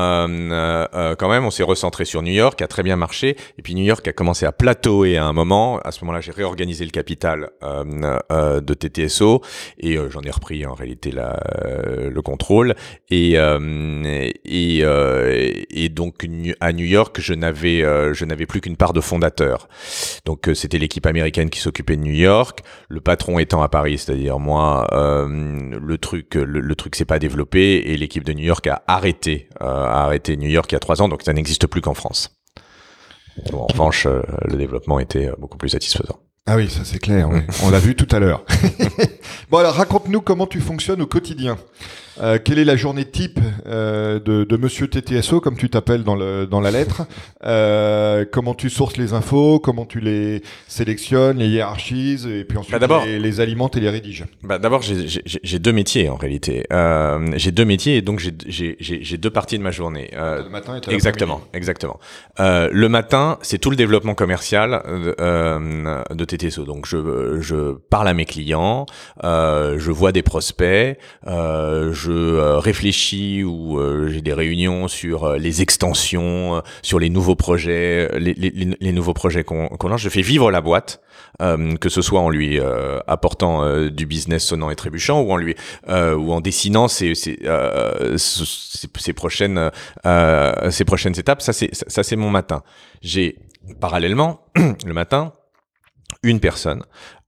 Euh, euh, quand même, on s'est recentré sur New York, qui a très bien marché. Et puis New York a commencé à plateauer à un moment. À ce moment-là, j'ai réorganisé le capital euh, euh, de T T S O et euh, j'en ai repris en réalité la, euh, le contrôle. Et euh, et, euh, et donc à New York, je n'avais euh, je n'avais plus qu'une part de fondateur. Donc euh, c'était l'équipe américaine qui s'occupait de New York, le patron étant à Paris, c'est-à-dire moi. Euh, le truc le, le truc s'est pas développé et l'équipe de New York a arrêté euh, a arrêté New York il y a trois ans, donc ça n'existe plus qu'en France. Bon, en revanche, euh, le développement était beaucoup plus satisfaisant. Ah oui, ça c'est clair, oui. On l'a vu tout à l'heure. Bon alors, raconte-nous comment tu fonctionnes au quotidien. Euh, quelle est la journée type euh, de, de Monsieur T T S O, comme tu t'appelles dans, le, dans la lettre euh, Comment tu sources les infos, comment tu les sélectionnes, les hiérarchises, et puis ensuite bah les, les alimentes et les rédiges. Bah d'abord, j'ai, j'ai, j'ai deux métiers en réalité. Euh, j'ai deux métiers et donc j'ai, j'ai, j'ai, j'ai deux parties de ma journée. Euh, le matin et exactement, exactement. Euh, le matin, c'est tout le développement commercial euh, euh, de T T S O. Donc je, je parle à mes clients, euh, je vois des prospects, euh, je euh, réfléchis ou euh, j'ai des réunions sur euh, les extensions, euh, sur les nouveaux projets, les, les, les nouveaux projets qu'on, qu'on lance. Je fais vivre la boîte, euh, que ce soit en lui euh, apportant euh, du business sonnant et trébuchant ou en lui euh, ou en dessinant ses, ses, euh, ses, ses prochaines euh, ses prochaines étapes. Ça c'est ça, ça c'est mon matin. J'ai parallèlement le matin une personne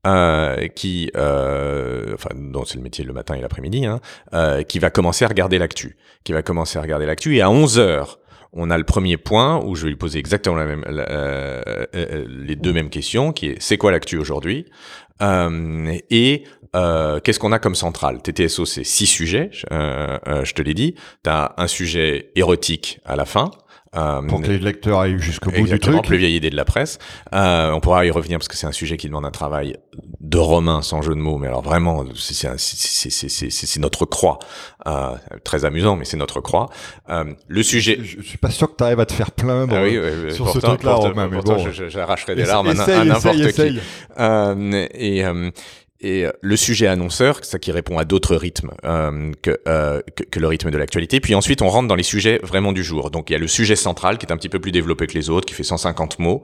euh, qui, euh, enfin, dont c'est le métier le matin et l'après-midi, hein, euh, qui va commencer à regarder l'actu, qui va commencer à regarder l'actu, et à onze heures, on a le premier point où je vais lui poser exactement la même, la, euh, euh, les deux mêmes questions, qui est c'est quoi l'actu aujourd'hui, euh, et euh, qu'est-ce qu'on a comme centrale. T T S O, c'est six sujets, euh, euh, je te l'ai dit. T'as un sujet érotique à la fin. Euh, pour que les lecteurs aillent jusqu'au bout du truc. Plus vieille idée de la presse. Euh, on pourra y revenir parce que c'est un sujet qui demande un travail de romain sans jeu de mots. Mais alors vraiment, c'est, c'est, c'est, c'est, c'est, c'est notre croix. Euh, très amusant, mais c'est notre croix. Euh, le sujet. Je, je suis pas sûr que tu arrives à te faire plaindre ah oui, oui, sur pourtant, ce truc-là, pourtant, Romain. Mais pourtant, bon. je, j'arracherai des larmes essaye, à, à n'importe essaye, qui. essaye. Euh, et euh, Et le sujet annonceur, ça qui répond à d'autres rythmes euh, que, euh, que, que le rythme de l'actualité. Puis ensuite, on rentre dans les sujets vraiment du jour. Donc, il y a le sujet central qui est un petit peu plus développé que les autres, qui fait cent cinquante mots.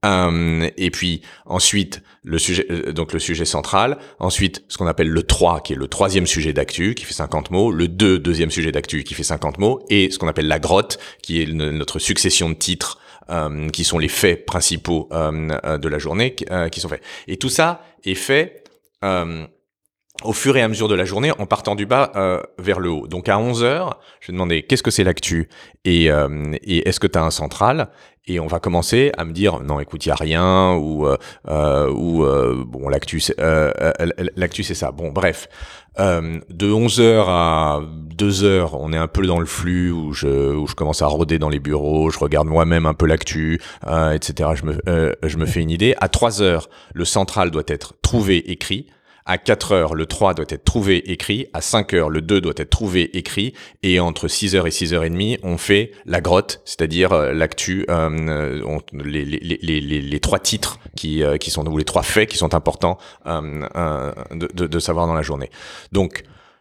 Euh, et puis ensuite, le sujet, euh, donc le sujet central. Ensuite, ce qu'on appelle le trois, qui est le troisième sujet d'actu, qui fait cinquante mots. Le deux, deuxième sujet d'actu, qui fait cinquante mots. Et ce qu'on appelle la grotte, qui est le, notre succession de titres. Euh, qui sont les faits principaux euh, de la journée euh, qui sont faits. Et tout ça est fait Euh, au fur et à mesure de la journée, en partant du bas euh, vers le haut. Donc à onze heures, je vais demander qu'est-ce que c'est l'actu et, euh, et est-ce que tu as un central ? Et on va commencer à me dire non, écoute, il y a rien ou euh, ou euh, bon, l'actu c'est euh, l'actu c'est ça. Bon, bref. Euh, de onze heures à deux heures, on est un peu dans le flux où je où je commence à rôder dans les bureaux, je regarde moi-même un peu l'actu, euh, et cetera. Je me euh, je me fais une idée. À trois heures, le central doit être trouvé, écrit. À quatre heures, le trois doit être trouvé, écrit. À cinq heures, le deux doit être trouvé, écrit. Et entre six heures et six heures trente, on fait la grotte, c'est-à-dire euh, l'actu, euh, on, les, les, les, les, les trois titres qui, euh, qui sont, ou les trois faits qui sont importants euh, euh, de, de, de savoir dans la journée. Donc,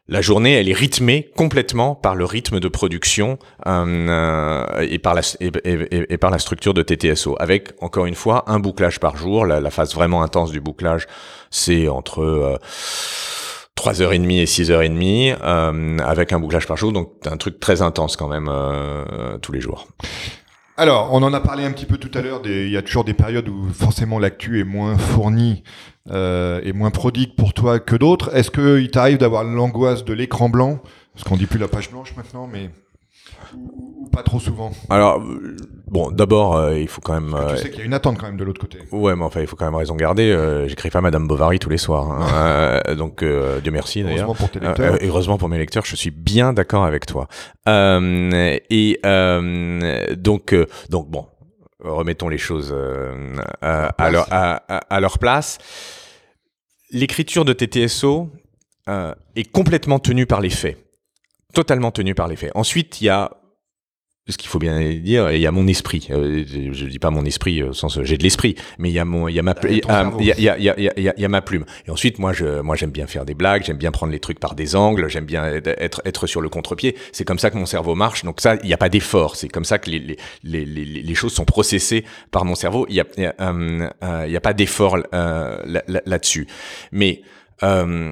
la journée, elle est rythmée complètement par le rythme de production euh, et, par la, et, et, et par la structure de T T S O, avec, encore une fois, un bouclage par jour. La, la phase vraiment intense du bouclage, c'est entre euh, trois heures trente et six heures trente, euh, avec un bouclage par jour, donc un truc très intense quand même, euh, tous les jours. Alors, on en a parlé un petit peu tout à l'heure, des, il y a toujours des périodes où forcément l'actu est moins fournie euh, et moins prodigue pour toi que d'autres. Est-ce qu'il t'arrive d'avoir l'angoisse de l'écran blanc ? Parce qu'on dit plus la page blanche maintenant, mais... Ou, ou pas trop souvent ? Alors, bon, d'abord, euh, il faut quand même... Parce que euh, tu sais qu'il y a une attente quand même de l'autre côté. Ouais, mais enfin, il faut quand même raison garder. Euh, j'écris pas Madame Bovary tous les soirs. Hein. euh, donc, euh, Dieu merci d'ailleurs. Heureusement pour tes lecteurs. Euh, heureusement pour mes lecteurs, je suis bien d'accord avec toi. Euh, et euh, donc, euh, donc bon, remettons les choses euh, à, à, leur, à, à, à leur place. L'écriture de T T S O euh, est complètement tenue par les faits. Totalement tenue par les faits. Ensuite, il y a ce qu'il faut bien dire, il y a mon esprit. Euh, je dis pas mon esprit au sens j'ai de l'esprit, mais il y a mon, il y a ma, il y a, il y a, il y a, il y a, il y a, il y a ma plume. Et ensuite, moi, je, moi, j'aime bien faire des blagues, j'aime bien prendre les trucs par des angles, j'aime bien être, être sur le contre-pied. C'est comme ça que mon cerveau marche. Donc ça, il y a pas d'effort. C'est comme ça que les, les, les, les, les choses sont processées par mon cerveau. Il y a, il y a, euh, euh, il y a pas d'effort euh, là, là, là-dessus. Mais euh,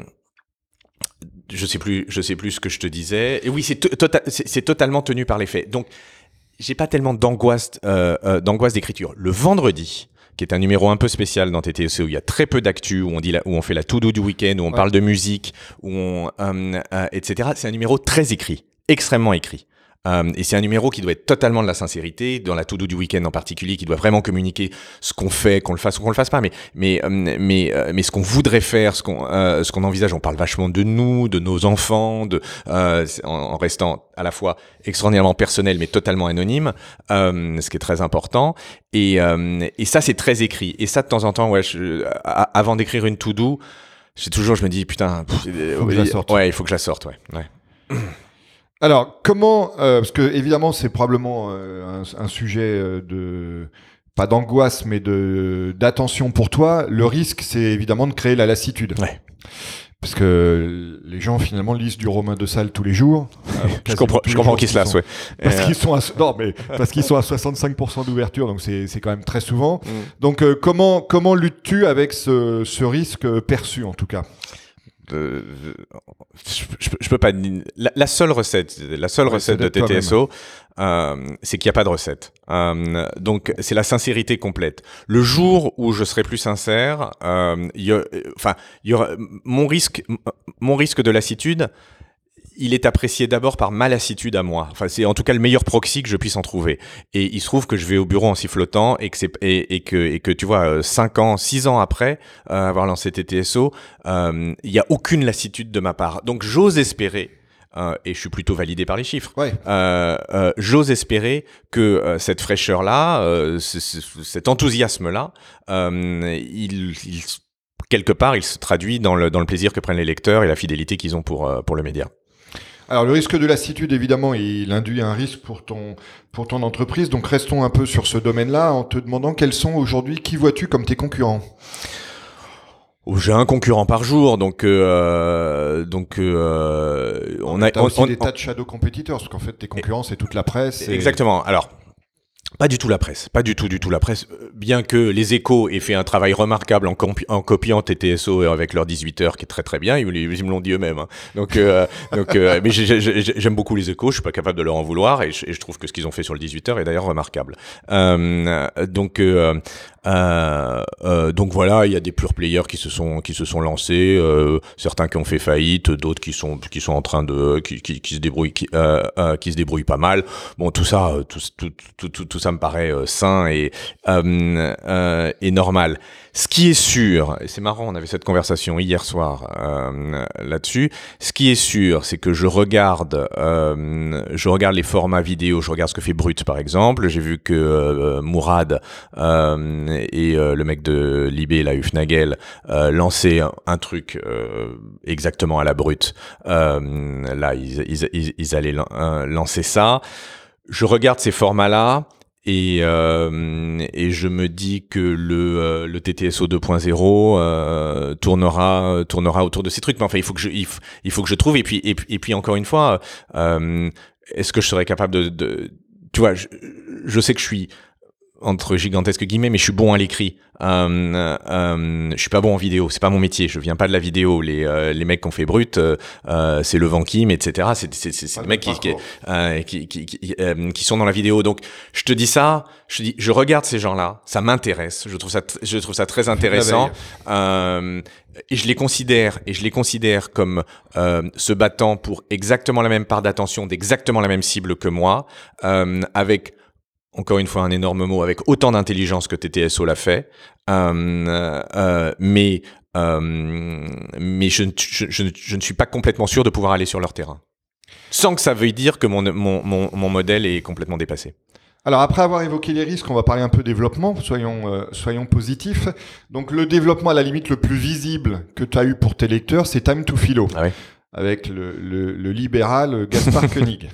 je sais plus, je sais plus ce que je te disais. Et oui, c'est, to- tota- c'est, c'est totalement tenu par les faits. Donc, j'ai pas tellement d'angoisse, euh, euh, d'angoisse d'écriture. Le vendredi, qui est un numéro un peu spécial dans T T S O, où il y a très peu d'actu, où on dit, la, où on fait la to-do du week-end, où on ouais. parle de musique, où on, euh, euh, et cetera. C'est un numéro très écrit, extrêmement écrit. Euh, et c'est un numéro qui doit être totalement de la sincérité, dans la to-do du week-end en particulier, qui doit vraiment communiquer ce qu'on fait, qu'on le fasse ou qu'on le fasse pas, mais mais euh, mais euh, mais ce qu'on voudrait faire, ce qu'on euh, ce qu'on envisage. On parle vachement de nous, de nos enfants, de euh, en, en restant à la fois extraordinairement personnel mais totalement anonyme, euh, ce qui est très important. Et euh, et ça c'est très écrit. Et ça de temps en temps, ouais, je, à, avant d'écrire une to-do, j'ai toujours, je me dis putain, pff, faut que je la sorte. Ouais, il faut que je la sorte, ouais. ouais. Alors, comment, euh, parce que évidemment, c'est probablement euh, un, un sujet euh, de, pas d'angoisse, mais de d'attention pour toi. Le risque, c'est évidemment de créer la lassitude. Ouais. Parce que les gens, finalement, lisent du Romain de Sales tous les jours. je comprends, je comprends qu'ils se lassent, ouais. Parce euh... qu'ils sont à, non, mais parce qu'ils sont à soixante-cinq pour cent d'ouverture, donc c'est, c'est quand même très souvent. Mm. Donc, euh, comment, comment luttes-tu avec ce, ce risque perçu, en tout cas? Euh, je, je, je peux pas. La, la seule recette, la seule ouais, recette de T T S O, euh, c'est qu'il n'y a pas de recette. Euh, donc c'est la sincérité complète. Le jour où je serai plus sincère, euh, y a, enfin, il y aura mon risque, mon risque de lassitude. Il est apprécié d'abord par ma lassitude à moi. Enfin, c'est en tout cas le meilleur proxy que je puisse en trouver. Et il se trouve que je vais au bureau en sifflotant et que c'est et, et que et que tu vois, cinq ans, six ans après euh, avoir lancé T T S O, euh, il y a aucune lassitude de ma part. Donc j'ose espérer. Euh, et je suis plutôt validé par les chiffres. Ouais. Euh, euh, j'ose espérer que euh, cette fraîcheur-là, euh, c- c- cet enthousiasme-là, euh, il, il quelque part, il se traduit dans le dans le plaisir que prennent les lecteurs et la fidélité qu'ils ont pour euh, pour le média. Alors le risque de lassitude, évidemment, il induit un risque pour ton pour ton entreprise. Donc restons un peu sur ce domaine-là en te demandant quels sont aujourd'hui, qui vois-tu comme tes concurrents ? Oh, j'ai un concurrent par jour, donc euh, donc euh, on a t'as aussi on, des on, tas de shadow competitors, parce qu'en fait tes concurrents c'est toute la presse. Et... Exactement. Alors. Pas du tout la presse, pas du tout, du tout la presse. Bien que les Échos aient fait un travail remarquable en, compi- en copiant T T S O avec leur dix-huit heures, qui est très très bien, ils, ils me l'ont dit eux-mêmes. Hein. Donc, euh, donc, euh, mais j'ai, j'ai, j'aime beaucoup les Échos, je suis pas capable de leur en vouloir, et je, et je trouve que ce qu'ils ont fait sur le dix-huit heures est d'ailleurs remarquable. Euh, donc, euh, euh, euh, donc voilà, il y a des pure players qui se sont qui se sont lancés, euh, certains qui ont fait faillite, d'autres qui sont qui sont en train de qui qui, qui se débrouillent, qui, euh, euh, qui se débrouillent pas mal. Bon, tout ça, tout tout tout tout, tout ça me paraît euh, sain et euh, euh, et normal. Ce qui est sûr, et c'est marrant, on avait cette conversation hier soir euh, là-dessus. Ce qui est sûr, c'est que je regarde, euh, je regarde les formats vidéo. Je regarde ce que fait Brut, par exemple. J'ai vu que euh, Mourad euh, et euh, le mec de Libé, la Hufnagel, euh, lançaient un, un truc euh, exactement à la Brut. Euh, là, ils, ils, ils, ils allaient lan- euh, lancer ça. Je regarde ces formats-là. et euh, et je me dis que le euh, le T T S O deux point zéro euh, tournera tournera autour de ces trucs. Mais enfin, il faut que je il faut, il faut que je trouve. Et puis et puis et puis encore une fois, euh, est-ce que je serais capable de, de tu vois, je, je sais que je suis entre gigantesques guillemets, mais je suis bon à l'écrit. Euh, euh, je suis pas bon en vidéo, c'est pas mon métier. Je viens pas de la vidéo. Les euh, les mecs qui ont fait Brut, euh, euh, c'est Levent Kim, et cetera. C'est c'est c'est, c'est des mecs qui qui, euh, qui qui qui, euh, qui sont dans la vidéo. Donc je te dis ça, je te dis, je regarde ces gens-là, ça m'intéresse. Je trouve ça je trouve ça très intéressant. Euh, et je les considère et je les considère comme euh, se battant pour exactement la même part d'attention, d'exactement la même cible que moi, euh, avec encore une fois un énorme mot, avec autant d'intelligence que T T S O l'a fait, euh, euh, mais euh, mais je, je, je, je ne suis pas complètement sûr de pouvoir aller sur leur terrain, sans que ça veuille dire que mon mon mon, mon modèle est complètement dépassé. Alors après avoir évoqué les risques, on va parler un peu développement, soyons euh, soyons positifs. Donc le développement à la limite le plus visible que tu as eu pour tes lecteurs, c'est Time to Philo. Ah oui. Avec le, le, le libéral Gaspard Koenig.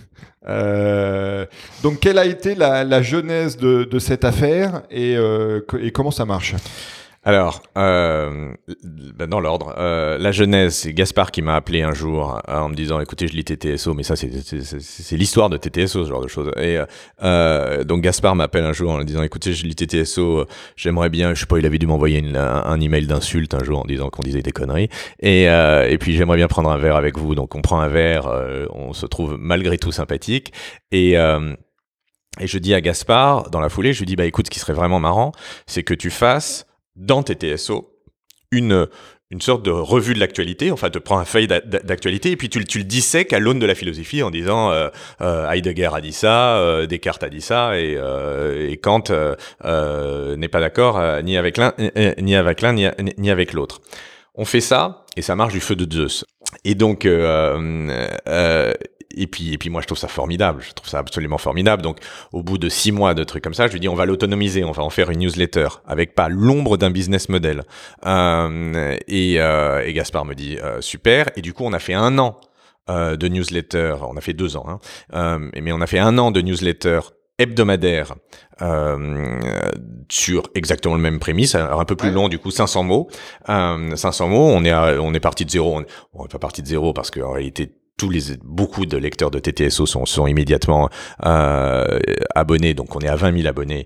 Euh, donc, quelle a été la, la genèse de, de cette affaire et, euh, et comment ça marche ? Alors, euh, ben dans l'ordre, euh, la genèse, c'est Gaspard qui m'a appelé un jour euh, en me disant, écoutez, je lis T T S O, mais ça, c'est, c'est, c'est, c'est l'histoire de T T S O, ce genre de choses. Et euh, donc Gaspard m'appelle un jour en me disant, écoutez, je lis T T S O, j'aimerais bien, je sais pas, il avait dû m'envoyer une, un, un email d'insulte un jour en disant qu'on disait des conneries. Et, euh, et puis j'aimerais bien prendre un verre avec vous. Donc on prend un verre, euh, on se trouve malgré tout sympathique. Et euh, et je dis à Gaspard, dans la foulée, je lui dis, bah écoute, ce qui serait vraiment marrant, c'est que tu fasses dans T T S O une une sorte de revue de l'actualité, enfin, tu prends un feuille d'actualité et puis tu, tu le dissèques à l'aune de la philosophie en disant euh, euh, Heidegger a dit ça, euh, Descartes a dit ça, et, euh, et Kant euh, euh, n'est pas d'accord euh, ni avec l'un, euh, ni avec l'un, ni, ni avec l'autre. On fait ça et ça marche du feu de Zeus. Et donc, euh, euh, et puis, et puis moi, je trouve ça formidable. Je trouve ça absolument formidable. Donc, au bout de six mois de trucs comme ça, je lui dis, on va l'autonomiser, on va en faire une newsletter avec pas l'ombre d'un business model. Euh, et, euh, et Gaspard me dit, euh, super. Et du coup, on a fait un an euh, de newsletter. On a fait deux ans, hein. Euh, mais on a fait un an de newsletter hebdomadaire euh, sur exactement le même prémisse, alors un peu plus ouais. long du coup, cinq cents mots. Euh, cinq cents mots, on est à, on est parti de zéro. On, on est pas parti de zéro parce qu'en réalité tous les beaucoup de lecteurs de T T S O sont sont immédiatement euh, abonnés, donc on est à vingt mille abonnés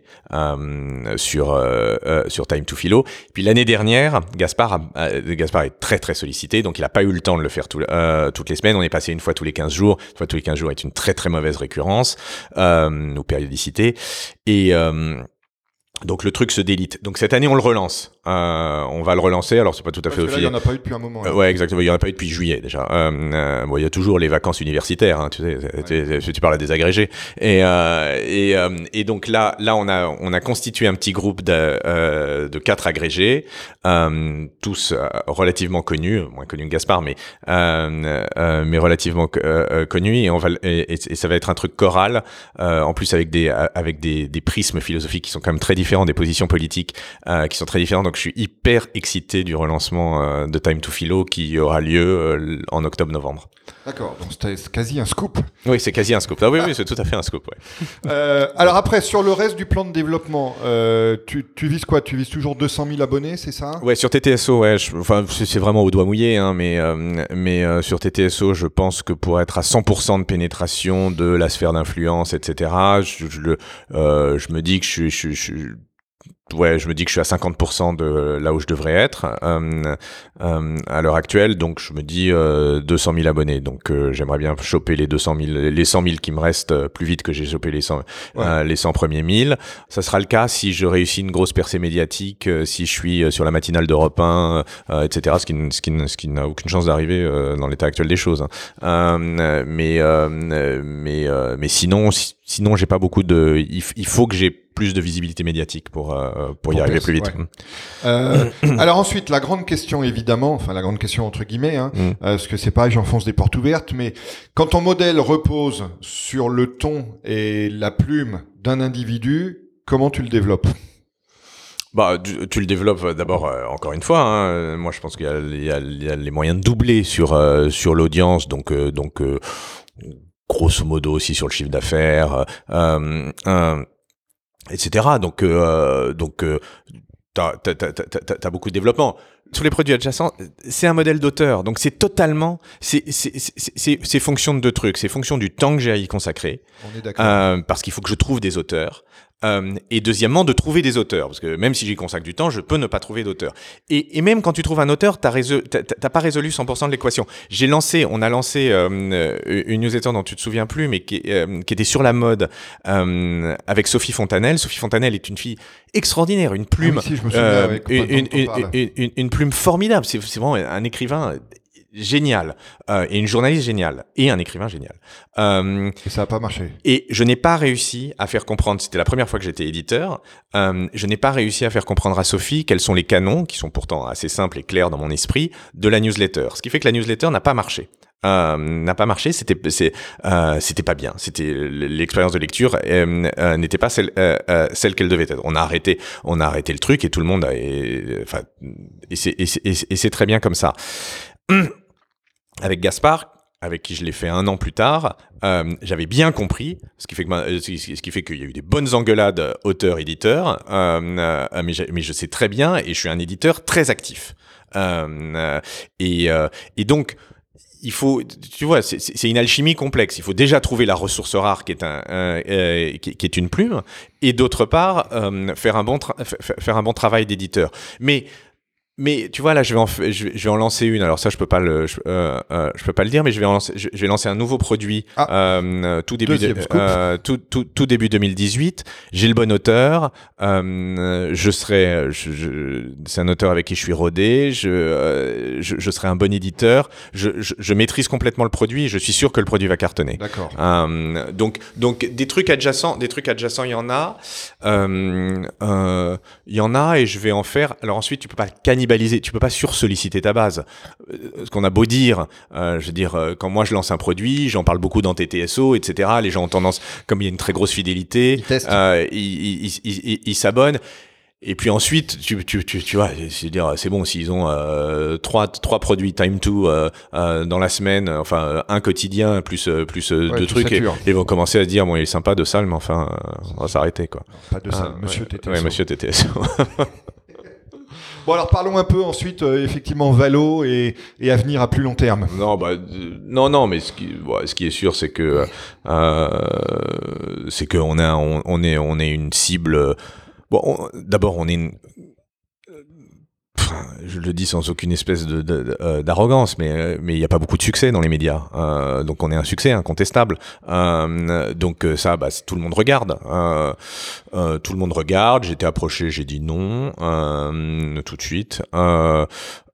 euh, sur euh, euh, sur Time to Philo. Puis l'année dernière, Gaspard a, a, Gaspard est très très sollicité, donc il a pas eu le temps de le faire tout, euh, toutes les semaines. On est passé une fois tous les quinze jours. Une fois tous les quinze jours est une très très mauvaise récurrence euh, ou périodicité. Et euh, donc le truc se délite. Donc cette année on le relance. Euh, on va le relancer. Alors c'est pas tout à fait officiel. Il y en a pas eu depuis un moment. Euh, ouais, exactement. Il y en a pas eu depuis juillet déjà. Euh, euh, bon, il y a toujours les vacances universitaires. Hein, tu sais, ouais. tu, tu, tu parles à des agrégés. Et euh, et euh, et donc là, là on a on a constitué un petit groupe de euh, de quatre agrégés, euh, tous euh, relativement connus, moins connus que Gaspard, mais euh, euh, mais relativement euh, connus. Et on va et, et ça va être un truc choral. Euh, en plus avec des avec des des prismes philosophiques qui sont quand même très différents, des positions politiques euh, qui sont très différentes. Donc je suis hyper excité du relancement euh, de Time to Philo qui aura lieu euh, en octobre-novembre. D'accord, donc c'est quasi un scoop. Oui, c'est quasi un scoop. Ah oui, oui, c'est tout à fait un scoop. Ouais. euh, alors après, sur le reste du plan de développement, euh, tu, tu vises quoi ? Tu vises toujours deux cent mille abonnés, c'est ça ? Ouais, sur T T S O, ouais. Je, enfin, c'est, c'est vraiment au doigt mouillé, hein, mais euh, mais euh, sur T T S O, je pense que pour être à cent pour cent de pénétration de la sphère d'influence, et cetera, je, je, le, euh, je me dis que je, je, je Ouais, je me dis que je suis à cinquante pour cent de là où je devrais être euh, euh, à l'heure actuelle, donc je me dis euh, deux cent mille abonnés. Donc euh, j'aimerais bien choper les deux cent mille, les cent mille qui me restent euh, plus vite que j'ai chopé les cent, ouais. euh, les cent premiers mille. Ça sera le cas si je réussis une grosse percée médiatique, euh, si je suis euh, sur la matinale d'Europe un, euh, et cetera. Ce qui, ce qui, ce qui n'a aucune chance d'arriver euh, dans l'état actuel des choses. Hein. Euh, mais euh, mais euh, mais sinon, si, sinon j'ai pas beaucoup de. Il, il faut que j'ai plus de visibilité médiatique pour euh, pour y pour arriver plus vite. Ouais. Euh, alors ensuite, la grande question évidemment, enfin la grande question entre guillemets, hein, mm. euh, parce que c'est pareil, j'enfonce des portes ouvertes, mais quand ton modèle repose sur le ton et la plume d'un individu, comment tu le développes ? Bah, tu, tu le développes d'abord, euh, encore une fois. Hein, moi, je pense qu'il y a, il y a, il y a les moyens de doubler sur euh, sur l'audience, donc euh, donc euh, grosso modo aussi sur le chiffre d'affaires. Euh, euh, et cetera. Donc, euh, donc, euh, t'as, t'as, t'as, t'as, t'as beaucoup de développement. Sur les produits adjacents, c'est un modèle d'auteur, donc c'est totalement, c'est, c'est, c'est, c'est, c'est fonction de deux trucs, c'est fonction du temps que j'ai à y consacrer. On est d'accord. Euh, parce qu'il faut que je trouve des auteurs. Euh, et deuxièmement, de trouver des auteurs, parce que même si j'y consacre du temps, je peux ne pas trouver d'auteur. Et, et même quand tu trouves un auteur, t'as, résolu, t'as, t'as pas résolu cent pour cent de l'équation. J'ai lancé, on a lancé euh, une newsletter dont tu te souviens plus, mais qui, euh, qui était sur la mode euh, avec Sophie Fontanelle. Sophie Fontanelle est une fille extraordinaire, une plume, ah oui, si, je me souviens, euh, avec une, une, une, une, une, une plume formidable. C'est, c'est vraiment un écrivain génial, euh, et une journaliste géniale, et un écrivain génial. Euh, et ça n'a pas marché. Et je n'ai pas réussi à faire comprendre, c'était la première fois que j'étais éditeur, euh, je n'ai pas réussi à faire comprendre à Sophie quels sont les canons, qui sont pourtant assez simples et clairs dans mon esprit, de la newsletter. Ce qui fait que la newsletter n'a pas marché. Euh, n'a pas marché, c'était c'est, euh, c'était pas bien, c'était l'expérience de lecture euh, euh, n'était pas celle euh, euh, celle qu'elle devait être. On a arrêté, on a arrêté le truc et tout le monde a, enfin et, et c'est et c'est, et c'est très bien comme ça. Avec Gaspard, avec qui je l'ai fait un an plus tard, euh, j'avais bien compris, ce qui fait que ma, ce qui fait qu'il y a eu des bonnes engueulades auteur-éditeur, euh, euh, mais, mais je sais très bien et je suis un éditeur très actif. Euh, et, euh, et donc il faut, tu vois, c'est, c'est une alchimie complexe. Il faut déjà trouver la ressource rare qui est un, euh, euh, qui, qui est une plume, et d'autre part euh, faire un bon tra- faire un bon travail d'éditeur. Mais Mais tu vois, là, je vais en, je vais, je vais en lancer une. Alors ça, je peux pas le, je, euh, euh, je peux pas le dire, mais je vais en lancer, je, je vais lancer un nouveau produit ah, euh, tout début, de, euh, tout, tout, tout début deux mille dix-huit. J'ai le bon auteur. Euh, je serai, je, je, c'est un auteur avec qui je suis rodé. Je, euh, je, je serai un bon éditeur. Je, je, je maîtrise complètement le produit. Et je suis sûr que le produit va cartonner. D'accord. Euh, donc, donc des trucs adjacents, des trucs adjacents, il y en a. Euh, euh, il y en a, et je vais en faire. Alors ensuite, tu peux pas cannibaliser. Tu peux pas sursolliciter ta base. Ce qu'on a beau dire, euh, je veux dire, euh, quand moi je lance un produit, j'en parle beaucoup dans T T S O, et cetera. Les gens ont tendance, comme il y a une très grosse fidélité, ils testent. Euh, ils, ils, ils, ils, ils s'abonnent. Et puis ensuite, tu, tu, tu, tu vois, c'est dire, c'est bon s'ils ont euh, trois, trois produits Time two euh, euh, dans la semaine, enfin un quotidien plus plus euh, ouais, deux trucs, et, et ils vont commencer à se dire bon, il est sympa de salle, mais enfin, euh, on va s'arrêter quoi. Pas de salle, ah, Monsieur ouais, T T S O. Ouais, Monsieur T T S O. Bon, alors parlons un peu ensuite, euh, effectivement, Valo et, et avenir à plus long terme. Non, bah, euh, non, non, mais ce qui, bah, ce qui est sûr, c'est que, euh, c'est qu'on a, on, on est, on est une cible. Bon, on, d'abord, on est une. Enfin, je le dis sans aucune espèce de, de, de, euh, d'arrogance, mais mais il n'y a pas beaucoup de succès dans les médias, euh, donc on est un succès incontestable. Euh, donc ça, bah, tout le monde regarde, euh, euh, tout le monde regarde. J'ai été approché, j'ai dit non euh, tout de suite. Euh,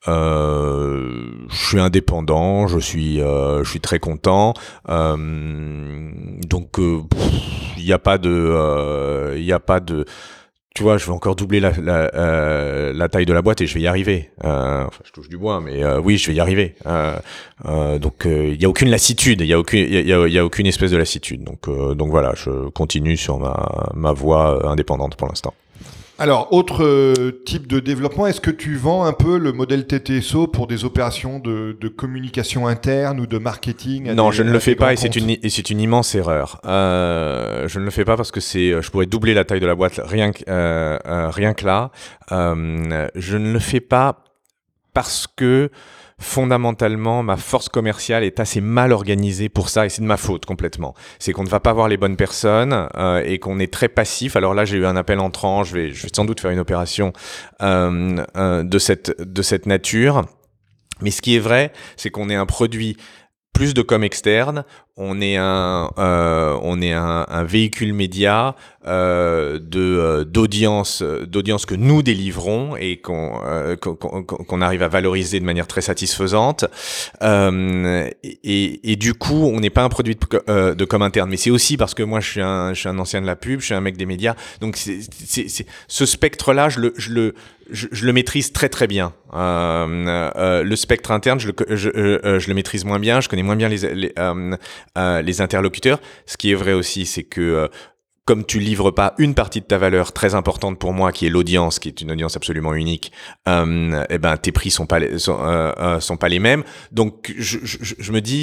Euh, je suis indépendant, je suis, euh, je suis très content. Euh, donc, il euh, n'y a pas de, il euh, n'y a pas de. Tu vois, je vais encore doubler la, la, euh, la taille de la boîte et je vais y arriver. Euh, enfin, je touche du bois, mais euh, oui, je vais y arriver. Euh, euh, donc, il euh, y a aucune lassitude, il y a aucune, il y a, y a aucune espèce de lassitude. Donc, euh, donc voilà, je continue sur ma ma voie indépendante pour l'instant. Alors, autre euh, type de développement, est-ce que tu vends un peu le modèle T T S O pour des opérations de, de communication interne ou de marketing? Non, des, je ne le fais pas, et c'est, comptes une, et c'est une immense erreur. Euh, je ne le fais pas parce que c'est, je pourrais doubler la taille de la boîte rien que, euh, euh, rien que là. Euh, je ne le fais pas parce que fondamentalement, ma force commerciale est assez mal organisée pour ça, et c'est de ma faute complètement. C'est qu'on ne va pas voir les bonnes personnes euh, et qu'on est très passif. Alors là, j'ai eu un appel entrant, je vais, je vais sans doute faire une opération euh, euh, de cette, de cette nature. Mais ce qui est vrai, c'est qu'on est un produit plus de com externe, on est un, euh, on est un, un véhicule média euh, de euh, d'audience, d'audience que nous délivrons et qu'on, euh, qu'on, qu'on arrive à valoriser de manière très satisfaisante. Euh, et, et du coup, on n'est pas un produit de, euh, de com interne, mais c'est aussi parce que moi, je suis un, je suis un ancien de la pub, je suis un mec des médias. Donc, c'est, c'est, c'est, ce spectre-là, je le, je le Je, je le maîtrise très très bien. Euh, euh, le spectre interne, je le, je, euh, je le maîtrise moins bien. Je connais moins bien les les, euh, euh, les interlocuteurs. Ce qui est vrai aussi, c'est que euh, comme tu livres pas une partie de ta valeur très importante pour moi, qui est l'audience, qui est une audience absolument unique, euh, eh ben tes prix sont pas les, sont, euh, euh, sont pas les mêmes. Donc je, je, je me dis,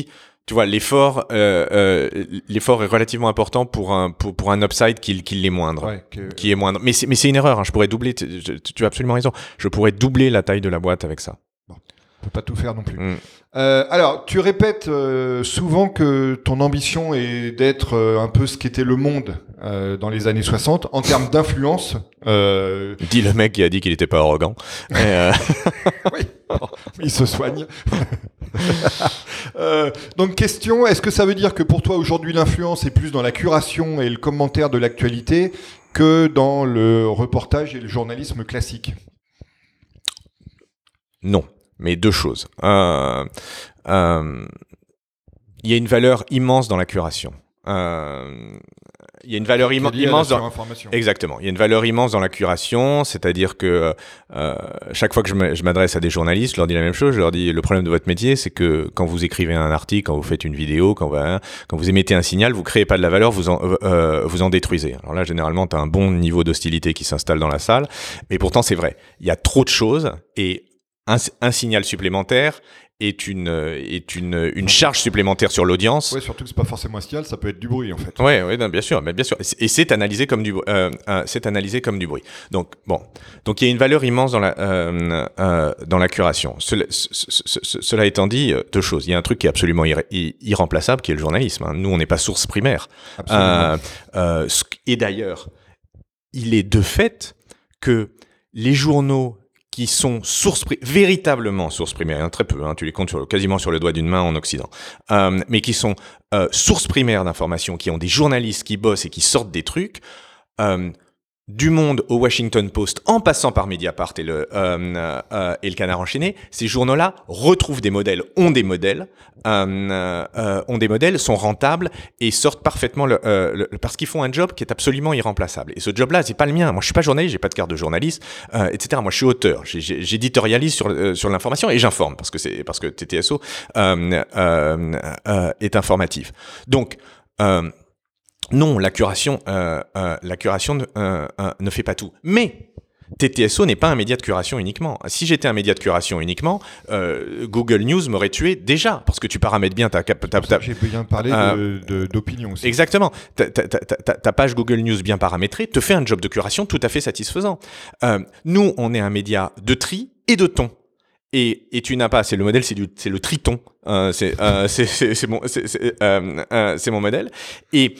tu vois, l'effort, euh, euh, l'effort est relativement important pour un pour, pour un upside qui, qui l'est moindre, ouais, que... qui est moindre. Mais c'est mais c'est une erreur. Hein. Je pourrais doubler. Tu, tu as absolument raison. Je pourrais doubler la taille de la boîte avec ça. Bon, on peut pas tout faire non plus. Mm. Euh, alors, tu répètes euh, souvent que ton ambition est d'être euh, un peu ce qu'était le monde euh, dans les années soixante en termes d'influence. Euh... Dit le mec qui a dit qu'il n'était pas arrogant. Et euh... oui, il se soigne. euh, donc, question, est-ce que ça veut dire que pour toi aujourd'hui l'influence est plus dans la curation et le commentaire de l'actualité que dans le reportage et le journalisme classique ? Non. Mais deux choses. Euh, euh, il y a une valeur immense dans la curation. Euh, il y a une valeur immen- immense dans exactement. Il y a une valeur immense dans la curation, c'est-à-dire que euh, chaque fois que je, m- je m'adresse à des journalistes, je leur dis la même chose. Je leur dis le problème de votre métier, c'est que quand vous écrivez un article, quand vous faites une vidéo, quand vous, hein, quand vous émettez un signal, vous créez pas de la valeur, vous en euh, vous en détruisez. Alors là, généralement, tu as un bon niveau d'hostilité qui s'installe dans la salle, mais pourtant c'est vrai. Il y a trop de choses et Un, un signal supplémentaire est une est une une charge supplémentaire sur l'audience. Ouais, surtout que c'est pas forcément un signal, ça peut être du bruit en fait. Ouais, ouais, non, bien sûr, mais bien sûr. Et c'est analysé comme du euh, euh, c'est analysé comme du bruit. Donc bon, donc il y a une valeur immense dans la euh, euh, dans la curation. Cela, ce, ce, ce, cela étant dit, deux choses. Il y a un truc qui est absolument irré- irremplaçable, qui est le journalisme. Hein. Nous, on n'est pas source primaire. Absolument. Euh, euh, et d'ailleurs, il est de fait que les journaux qui sont source pri- véritablement source primaire, hein, très peu, hein, tu les comptes sur, quasiment sur le doigt d'une main en Occident, euh, mais qui sont euh, source primaire d'information, qui ont des journalistes qui bossent et qui sortent des trucs, euh, du Monde au Washington Post, en passant par Mediapart et le, euh, euh, et le Canard enchaîné, ces journaux-là retrouvent des modèles, ont des modèles, euh, euh, ont des modèles, sont rentables et sortent parfaitement le, euh, le, parce qu'ils font un job qui est absolument irremplaçable. Et ce job-là, c'est pas le mien. Moi, je suis pas journaliste, j'ai pas de carte de journaliste, euh, et cetera. Moi, je suis auteur, j'ai, j'ai, j'éditorialise sur euh, sur l'information et j'informe parce que c'est parce que T T S O euh, euh, euh, est informatif. Donc euh, Non, la curation, euh, euh, la curation ne, euh, euh, ne fait pas tout. Mais T T S O n'est pas un média de curation uniquement. Si j'étais un média de curation uniquement, euh, Google News m'aurait tué déjà, parce que tu paramètres bien ta... ta, ta, ta J'ai bien parlé euh, de, de, d'opinion aussi. Exactement. Ta, ta, ta, ta, ta page Google News bien paramétrée te fait un job de curation tout à fait satisfaisant. Euh, nous, on est un média de tri et de ton. Et, et tu n'as pas, c'est le modèle, c'est, du, c'est le triton. Euh, c'est, euh, c'est, c'est, c'est, mon, c'est, c'est, euh, euh, c'est mon modèle. Et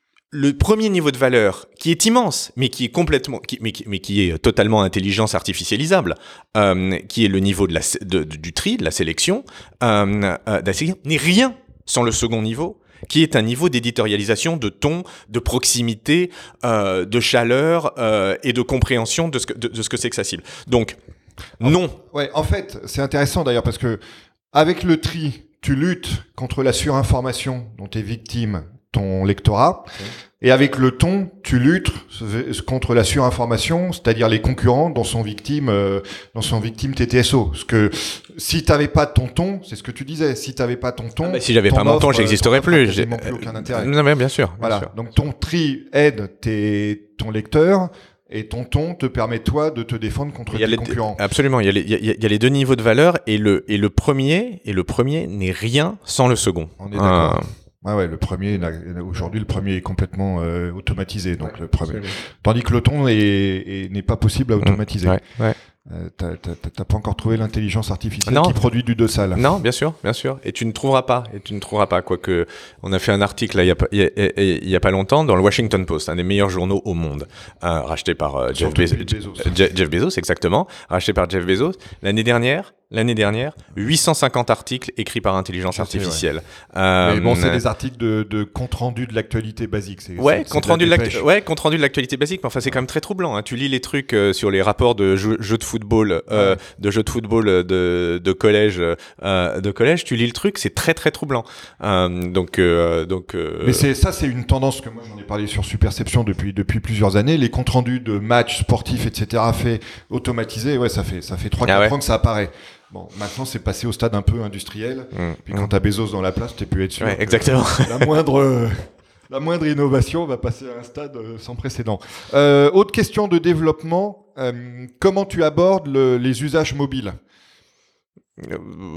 le premier niveau de valeur, qui est immense, mais qui est complètement, qui, mais, qui, mais qui est totalement intelligence artificialisable, euh, qui est le niveau de la, de, de, du tri, de la sélection, euh, euh, de la sélection, n'est rien sans le second niveau, qui est un niveau d'éditorialisation, de ton, de proximité, euh, de chaleur euh, et de compréhension de ce que, de, de ce que c'est que sa cible. Donc, non. En, ouais, en fait, c'est intéressant d'ailleurs parce que avec le tri, tu luttes contre la surinformation dont est victime ton lectorat, okay. Et avec le ton, tu luttes contre la surinformation, c'est-à-dire les concurrents dont sont victimes, euh, dont sont victimes T T S O. Parce que si t'avais pas ton ton, c'est ce que tu disais, si t'avais pas ton ton, ah bah si j'avais pas mon ton, j'existerais plus. J'ai plus aucun intérêt. Non mais bien sûr. Voilà. Bien sûr. Donc ton tri aide tes, ton lecteur. Et ton ton te permet, toi, de te défendre contre tes les, concurrents. Absolument. Il y, a les, il, y a, il y a les deux niveaux de valeur et le, et le premier, et le premier n'est rien sans le second. On est d'accord. Euh... Ouais, ouais, le premier, aujourd'hui, le premier est complètement euh, automatisé. Donc, ouais, le premier. Tandis que le ton est, est, n'est pas possible à automatiser. Ouais, ouais. Euh, t'as, t'as, t'as pas encore trouvé l'intelligence artificielle non. qui produit du dossal. Non, bien sûr, bien sûr. Et tu ne trouveras pas. Et tu ne trouveras pas. Quoique, on a fait un article là, il y a pas, il y a, il y a pas longtemps dans le Washington Post, un des meilleurs journaux au monde, euh, racheté par euh, Jeff, Bezos, Bezos. Jeff, Jeff Bezos, exactement, racheté par Jeff Bezos. L'année dernière, l'année dernière, huit cent cinquante articles écrits par intelligence sais, artificielle. Ouais. Euh, Mais bon, c'est euh, des articles de, de compte rendu de l'actualité basique. C'est, ouais, c'est, compte c'est rendu de, de l'actu- ouais, compte rendu de l'actualité basique. Mais enfin, c'est quand même très troublant. Hein. Tu lis les trucs euh, sur les rapports de jeux, jeux de football. Euh, ouais. de jeux de football de, de collège, euh, de collège, tu lis le truc, c'est très très troublant. Euh, donc, euh, donc. Euh... Mais c'est ça, c'est une tendance que moi j'en ai parlé sur Superception depuis depuis plusieurs années. Les comptes rendus de matchs sportifs, et cetera, fait automatisés, ouais, ça fait ça fait trois quatre ah ouais. ans que ça apparaît. Bon, maintenant c'est passé au stade un peu industriel. Mmh. Puis quand mmh. t'as Bezos dans la place, t'es plus être sûr. Ouais, exactement. La moindre. La moindre innovation va passer à un stade sans précédent. Euh, autre question de développement, euh, comment tu abordes le, les usages mobiles ?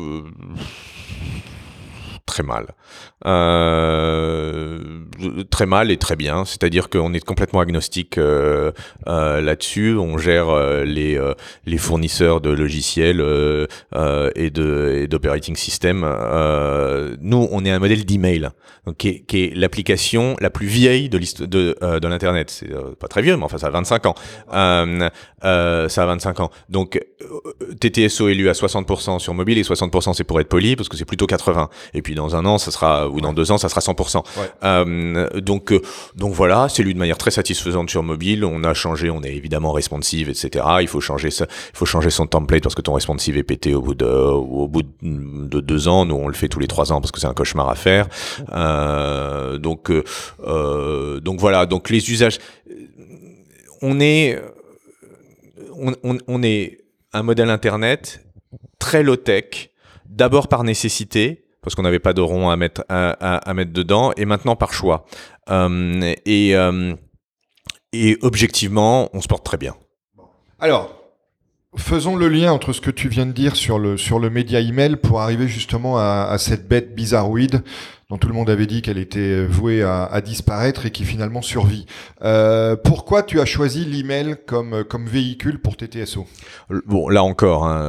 euh, très mal. Euh, très mal et très bien. C'est-à-dire qu'on est complètement agnostique euh, euh, là-dessus. On gère euh, les euh, les fournisseurs de logiciels euh, euh, et de et d'operating system. Euh, nous, on est un modèle d'email, donc qui est, qui est l'application la plus vieille de l'histoire de euh, de l'internet. C'est euh, pas très vieux, mais enfin ça a vingt-cinq ans. Euh, euh, ça a vingt-cinq ans. Donc T T S O est élu à soixante pour cent sur mobile et soixante pour cent c'est pour être poli parce que c'est plutôt quatre-vingts. Et puis dans un an, ça sera ou dans ouais. deux ans, ça sera cent pour cent. Ouais. Euh, donc euh, donc voilà, c'est lu de manière très satisfaisante sur mobile. On a changé, on est évidemment responsive, et cetera. Il faut changer ça, il faut changer son template parce que ton responsive est pété au bout de au bout de deux ans. Nous on le fait tous les trois ans parce que c'est un cauchemar à faire. Euh, donc euh, donc voilà, donc les usages, on est on, on, on est un modèle internet très low-tech, d'abord par nécessité, parce qu'on n'avait pas de rond à mettre, à, à, à mettre dedans, et maintenant par choix. Euh, et, euh, et objectivement, on se porte très bien. Alors, faisons le lien entre ce que tu viens de dire sur le, sur le média email pour arriver justement à, à cette bête bizarroïde dont tout le monde avait dit qu'elle était vouée à, à disparaître et qui finalement survit. Euh, pourquoi tu as choisi l'email comme, comme véhicule pour T T S O ? Bon, là encore, hein,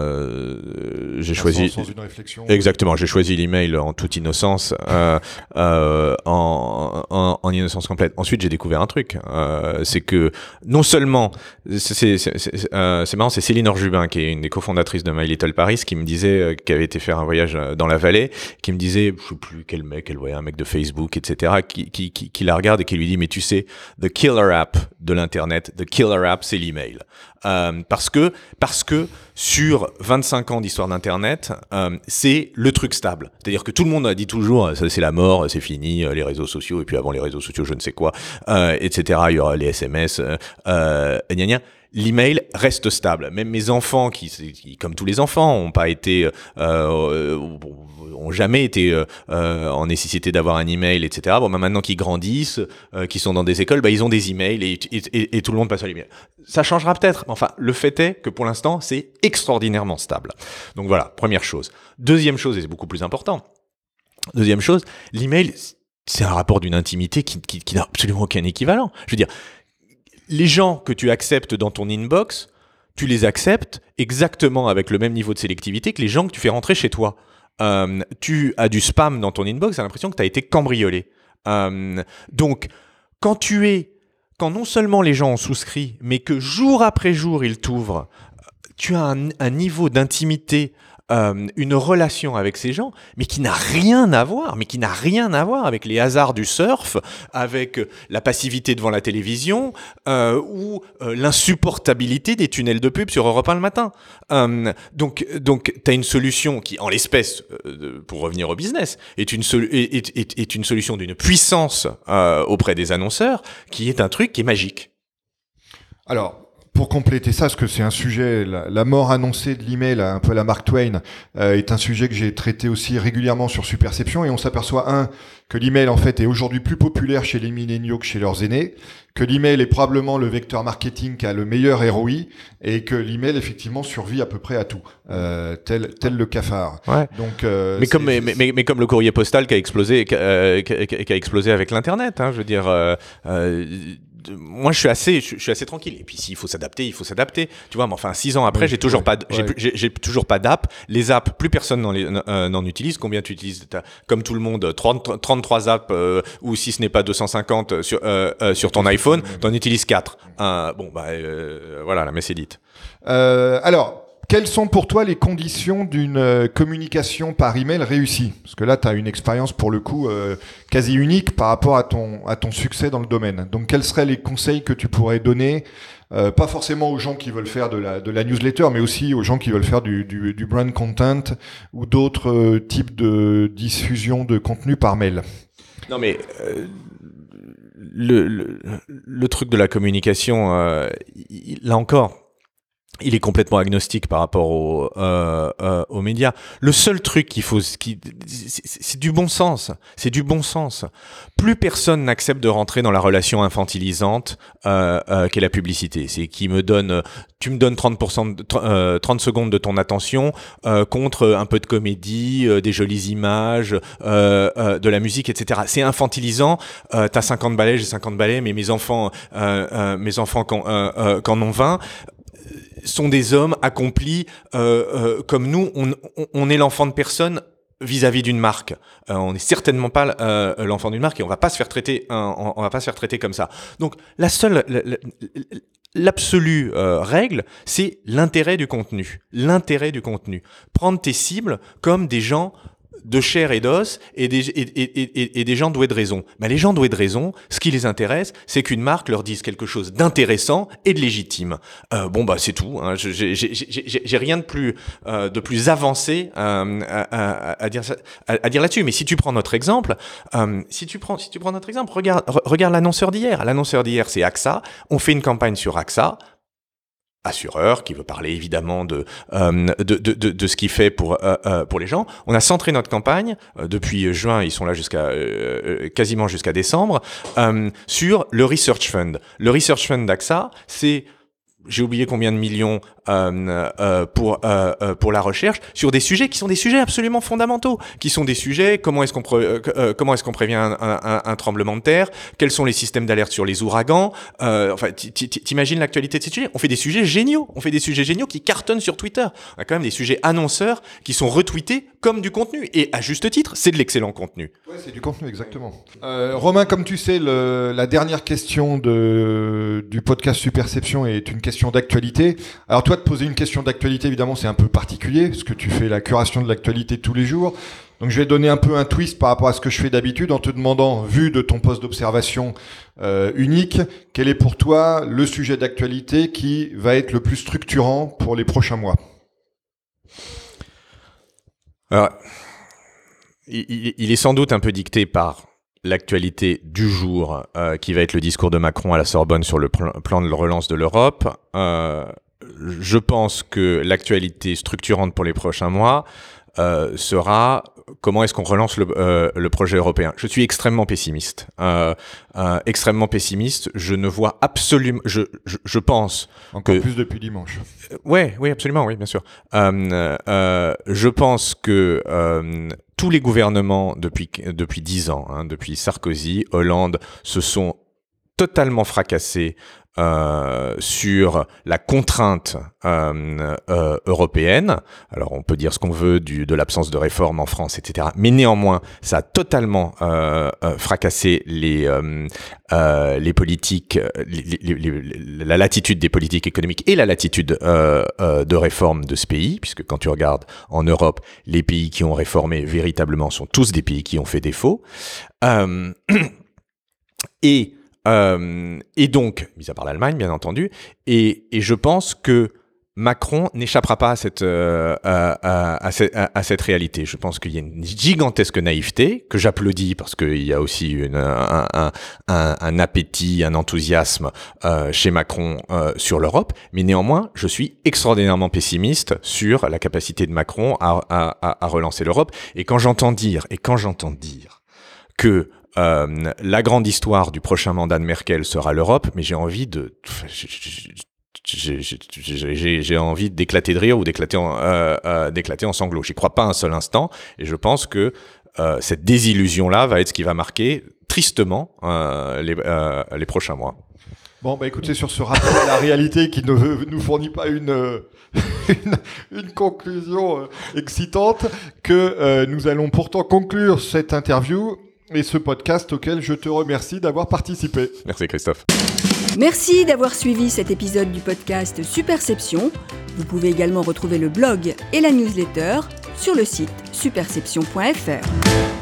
euh, j'ai sans, choisi... Sans une réflexion. Exactement, j'ai choisi l'email en toute innocence, euh, euh, en, en, en innocence complète. Ensuite, j'ai découvert un truc, euh, c'est que non seulement... C'est, c'est, c'est, c'est, euh, c'est marrant, c'est Céline Orjubin, qui est une des cofondatrices de My Little Paris, qui me disait, euh, qui avait été faire un voyage dans la vallée, qui me disait, je sais plus quel mec, elle voyait un mec de Facebook, et cetera, qui, qui, qui, qui la regarde et qui lui dit, mais tu sais, the killer app de l'internet, the killer app, c'est l'email. Euh, parce que, parce que sur vingt-cinq ans d'histoire d'internet, euh, c'est le truc stable. C'est-à-dire que tout le monde a dit toujours, ça, c'est la mort, c'est fini, les réseaux sociaux, et puis avant les réseaux sociaux, je ne sais quoi, euh, et cetera. Il y aura les S M S, euh, euh, gna gna. L'email reste stable. Même mes enfants, qui, qui comme tous les enfants, ont pas été, euh, ont jamais été euh, en nécessité d'avoir un email, et cetera. Bon, bah, maintenant qu'ils grandissent, euh, qu'ils sont dans des écoles, bah, ils ont des emails et, et, et, et tout le monde passe à l'email. Ça changera peut-être. Enfin, le fait est que pour l'instant, c'est extraordinairement stable. Donc voilà, première chose. Deuxième chose, et c'est beaucoup plus important. Deuxième chose, l'email, c'est un rapport d'une intimité qui, qui, qui n'a absolument aucun équivalent. Je veux dire, les gens que tu acceptes dans ton inbox, tu les acceptes exactement avec le même niveau de sélectivité que les gens que tu fais rentrer chez toi. Euh, tu as du spam dans ton inbox, tu as l'impression que tu as été cambriolé. Euh, donc, quand tu es, quand non seulement les gens ont souscrit, mais que jour après jour ils t'ouvrent, tu as un, un niveau d'intimité, Euh, une relation avec ces gens, mais qui n'a rien à voir, mais qui n'a rien à voir avec les hasards du surf, avec la passivité devant la télévision euh, ou euh, l'insupportabilité des tunnels de pub sur Europe un le matin. Euh, donc, donc, t'as une solution qui, en l'espèce, euh, pour revenir au business, est une, solu- est, est, est une solution d'une puissance euh, auprès des annonceurs, qui est un truc qui est magique. Alors, pour compléter ça, parce que c'est un sujet, la, la mort annoncée de l'email, un peu à la Mark Twain, euh, est un sujet que j'ai traité aussi régulièrement sur Superception, et on s'aperçoit, un, que l'email en fait est aujourd'hui plus populaire chez les milléniaux que chez leurs aînés, que l'email est probablement le vecteur marketing qui a le meilleur R O I, et que l'email effectivement survit à peu près à tout, euh, tel, tel le cafard. Ouais. Donc, euh, mais, comme, mais, mais, mais comme le courrier postal qui a explosé, qui a, qui a, qui a explosé avec l'internet, hein, je veux dire. Euh, euh, moi je suis assez je, je suis assez tranquille, et puis s'il faut s'adapter il faut s'adapter, tu vois, mais enfin six ans après oui, j'ai toujours ouais, pas j'ai, ouais. j'ai, j'ai toujours pas d'app. Les apps, plus personne n'en, les, euh, n'en utilise. Combien tu utilises? T'as, comme tout le monde, trente, trente-trois apps, euh, ou si ce n'est pas deux cent cinquante sur euh, euh, sur ton iPhone, t'en utilises quatre. Euh, bon bah euh, voilà, la messe est dite. Euh, alors quelles sont pour toi les conditions d'une euh, communication par email réussie? Parce que là, tu as une expérience pour le coup euh, quasi unique par rapport à ton, à ton succès dans le domaine. Donc, quels seraient les conseils que tu pourrais donner, euh, pas forcément aux gens qui veulent faire de la, de la newsletter, mais aussi aux gens qui veulent faire du, du, du brand content ou d'autres euh, types de diffusion de contenu par mail? Non, mais... Euh... Le, le, le truc de la communication, euh, il, là encore, il est complètement agnostique par rapport aux, euh, euh, aux médias. Le seul truc qu'il faut, qui, c'est, c'est du bon sens. C'est du bon sens. Plus personne n'accepte de rentrer dans la relation infantilisante euh, euh, qu'est la publicité. C'est qui me donne, tu me donnes trente pour cent, de, euh, trente secondes de ton attention euh, contre un peu de comédie, euh, des jolies images, euh, euh, de la musique, et cetera. C'est infantilisant. Euh, t'as cinquante balais, j'ai cinquante balais, mais mes enfants, euh, euh, mes enfants qu'en, euh, euh, qu'en ont vingt. Sont des hommes accomplis euh, euh, comme nous. On, on, on est l'enfant de personne vis-à-vis d'une marque. Euh, on n'est certainement pas euh, l'enfant d'une marque et on va pas se faire traiter. Hein, on, on va pas se faire traiter comme ça. Donc la seule, la, la, l'absolue euh, règle, c'est l'intérêt du contenu. L'intérêt du contenu. Prendre tes cibles comme des gens de chair et d'os et des, et, et, et, et des gens doués de raison. Mais les gens doués de raison, ce qui les intéresse, c'est qu'une marque leur dise quelque chose d'intéressant et de légitime. Euh, bon, bah, c'est tout. Hein. Je, j'ai, j'ai, j'ai, j'ai rien de plus, euh, de plus avancé euh, à, à, à, dire ça, à, à dire là-dessus. Mais si tu prends notre exemple, euh, si tu prends, si tu prends notre exemple, regarde, re, regarde l'annonceur d'hier. L'annonceur d'hier, c'est A X A. On fait une campagne sur A X A. Assureur, qui veut parler évidemment de euh, de, de de de ce qu'il fait pour euh, euh, pour les gens. On a centré notre campagne euh, depuis juin, ils sont là jusqu'à euh, quasiment jusqu'à décembre, euh, sur le Research Fund. Le Research Fund d'A X A, c'est j'ai oublié combien de millions euh, euh, pour euh, euh, pour la recherche sur des sujets qui sont des sujets absolument fondamentaux, qui sont des sujets comment est-ce qu'on pré- euh, comment est-ce qu'on prévient un, un, un tremblement de terre, quels sont les systèmes d'alerte sur les ouragans, euh, enfin t'imagines l'actualité de ces sujets. On fait des sujets géniaux, on fait des sujets géniaux qui cartonnent sur Twitter. On a quand même des sujets annonceurs qui sont retweetés comme du contenu et à juste titre, c'est de l'excellent contenu. Ouais, c'est du contenu exactement. Euh, Romain, comme tu sais, le, la dernière question de du podcast Superception est une question d'actualité. Alors toi, de poser une question d'actualité, évidemment, c'est un peu particulier, parce que tu fais la curation de l'actualité tous les jours. Donc je vais donner un peu un twist par rapport à ce que je fais d'habitude, en te demandant, vu de ton poste d'observation euh, unique, quel est pour toi le sujet d'actualité qui va être le plus structurant pour les prochains mois ? Alors, il, il est sans doute un peu dicté par l'actualité du jour, euh, qui va être le discours de Macron à la Sorbonne sur le pl- plan de relance de l'Europe. Euh, je pense que l'actualité structurante pour les prochains mois euh, sera comment est-ce qu'on relance le, euh, le projet européen. Je suis extrêmement pessimiste. Euh, euh, extrêmement pessimiste. Je ne vois absolument... Je, je, je pense Encore que... plus depuis dimanche. Euh, ouais, oui, absolument, oui, bien sûr. Euh, euh, je pense que... Euh, tous les gouvernements depuis depuis dix ans, hein, depuis Sarkozy, Hollande, se sont totalement fracassés euh, sur la contrainte euh, euh, européenne. Alors on peut dire ce qu'on veut du, de l'absence de réforme en France, et cetera. Mais néanmoins, ça a totalement euh, euh, fracassé les euh, euh, les politiques, les, les, les, la latitude des politiques économiques et la latitude euh, euh, de réforme de ce pays, puisque quand tu regardes en Europe, les pays qui ont réformé véritablement sont tous des pays qui ont fait défaut. Euh, et Euh, et donc, mis à part l'Allemagne, bien entendu, et, et je pense que Macron n'échappera pas à cette, euh, à, à, à, à, à cette réalité. Je pense qu'il y a une gigantesque naïveté, que j'applaudis parce qu'il y a aussi une, un, un, un, un appétit, un enthousiasme euh, chez Macron euh, sur l'Europe, mais néanmoins, je suis extraordinairement pessimiste sur la capacité de Macron à, à, à relancer l'Europe. Et quand j'entends dire, et quand j'entends dire que Euh, la grande histoire du prochain mandat de Merkel sera l'Europe, mais j'ai envie de, j'ai, j'ai, j'ai, j'ai envie d'éclater de rire ou d'éclater en, euh, euh, d'éclater en sanglots. J'y crois pas un seul instant, et je pense que euh, cette désillusion-là va être ce qui va marquer tristement euh, les, euh, les prochains mois. Bon, bah écoutez, sur ce rappel à la réalité qui ne nous fournit pas une, une, une conclusion euh, excitante, que euh, nous allons pourtant conclure cette interview et ce podcast auquel je te remercie d'avoir participé. Merci Christophe. Merci d'avoir suivi cet épisode du podcast Superception. Vous pouvez également retrouver le blog et la newsletter sur le site superception point f r.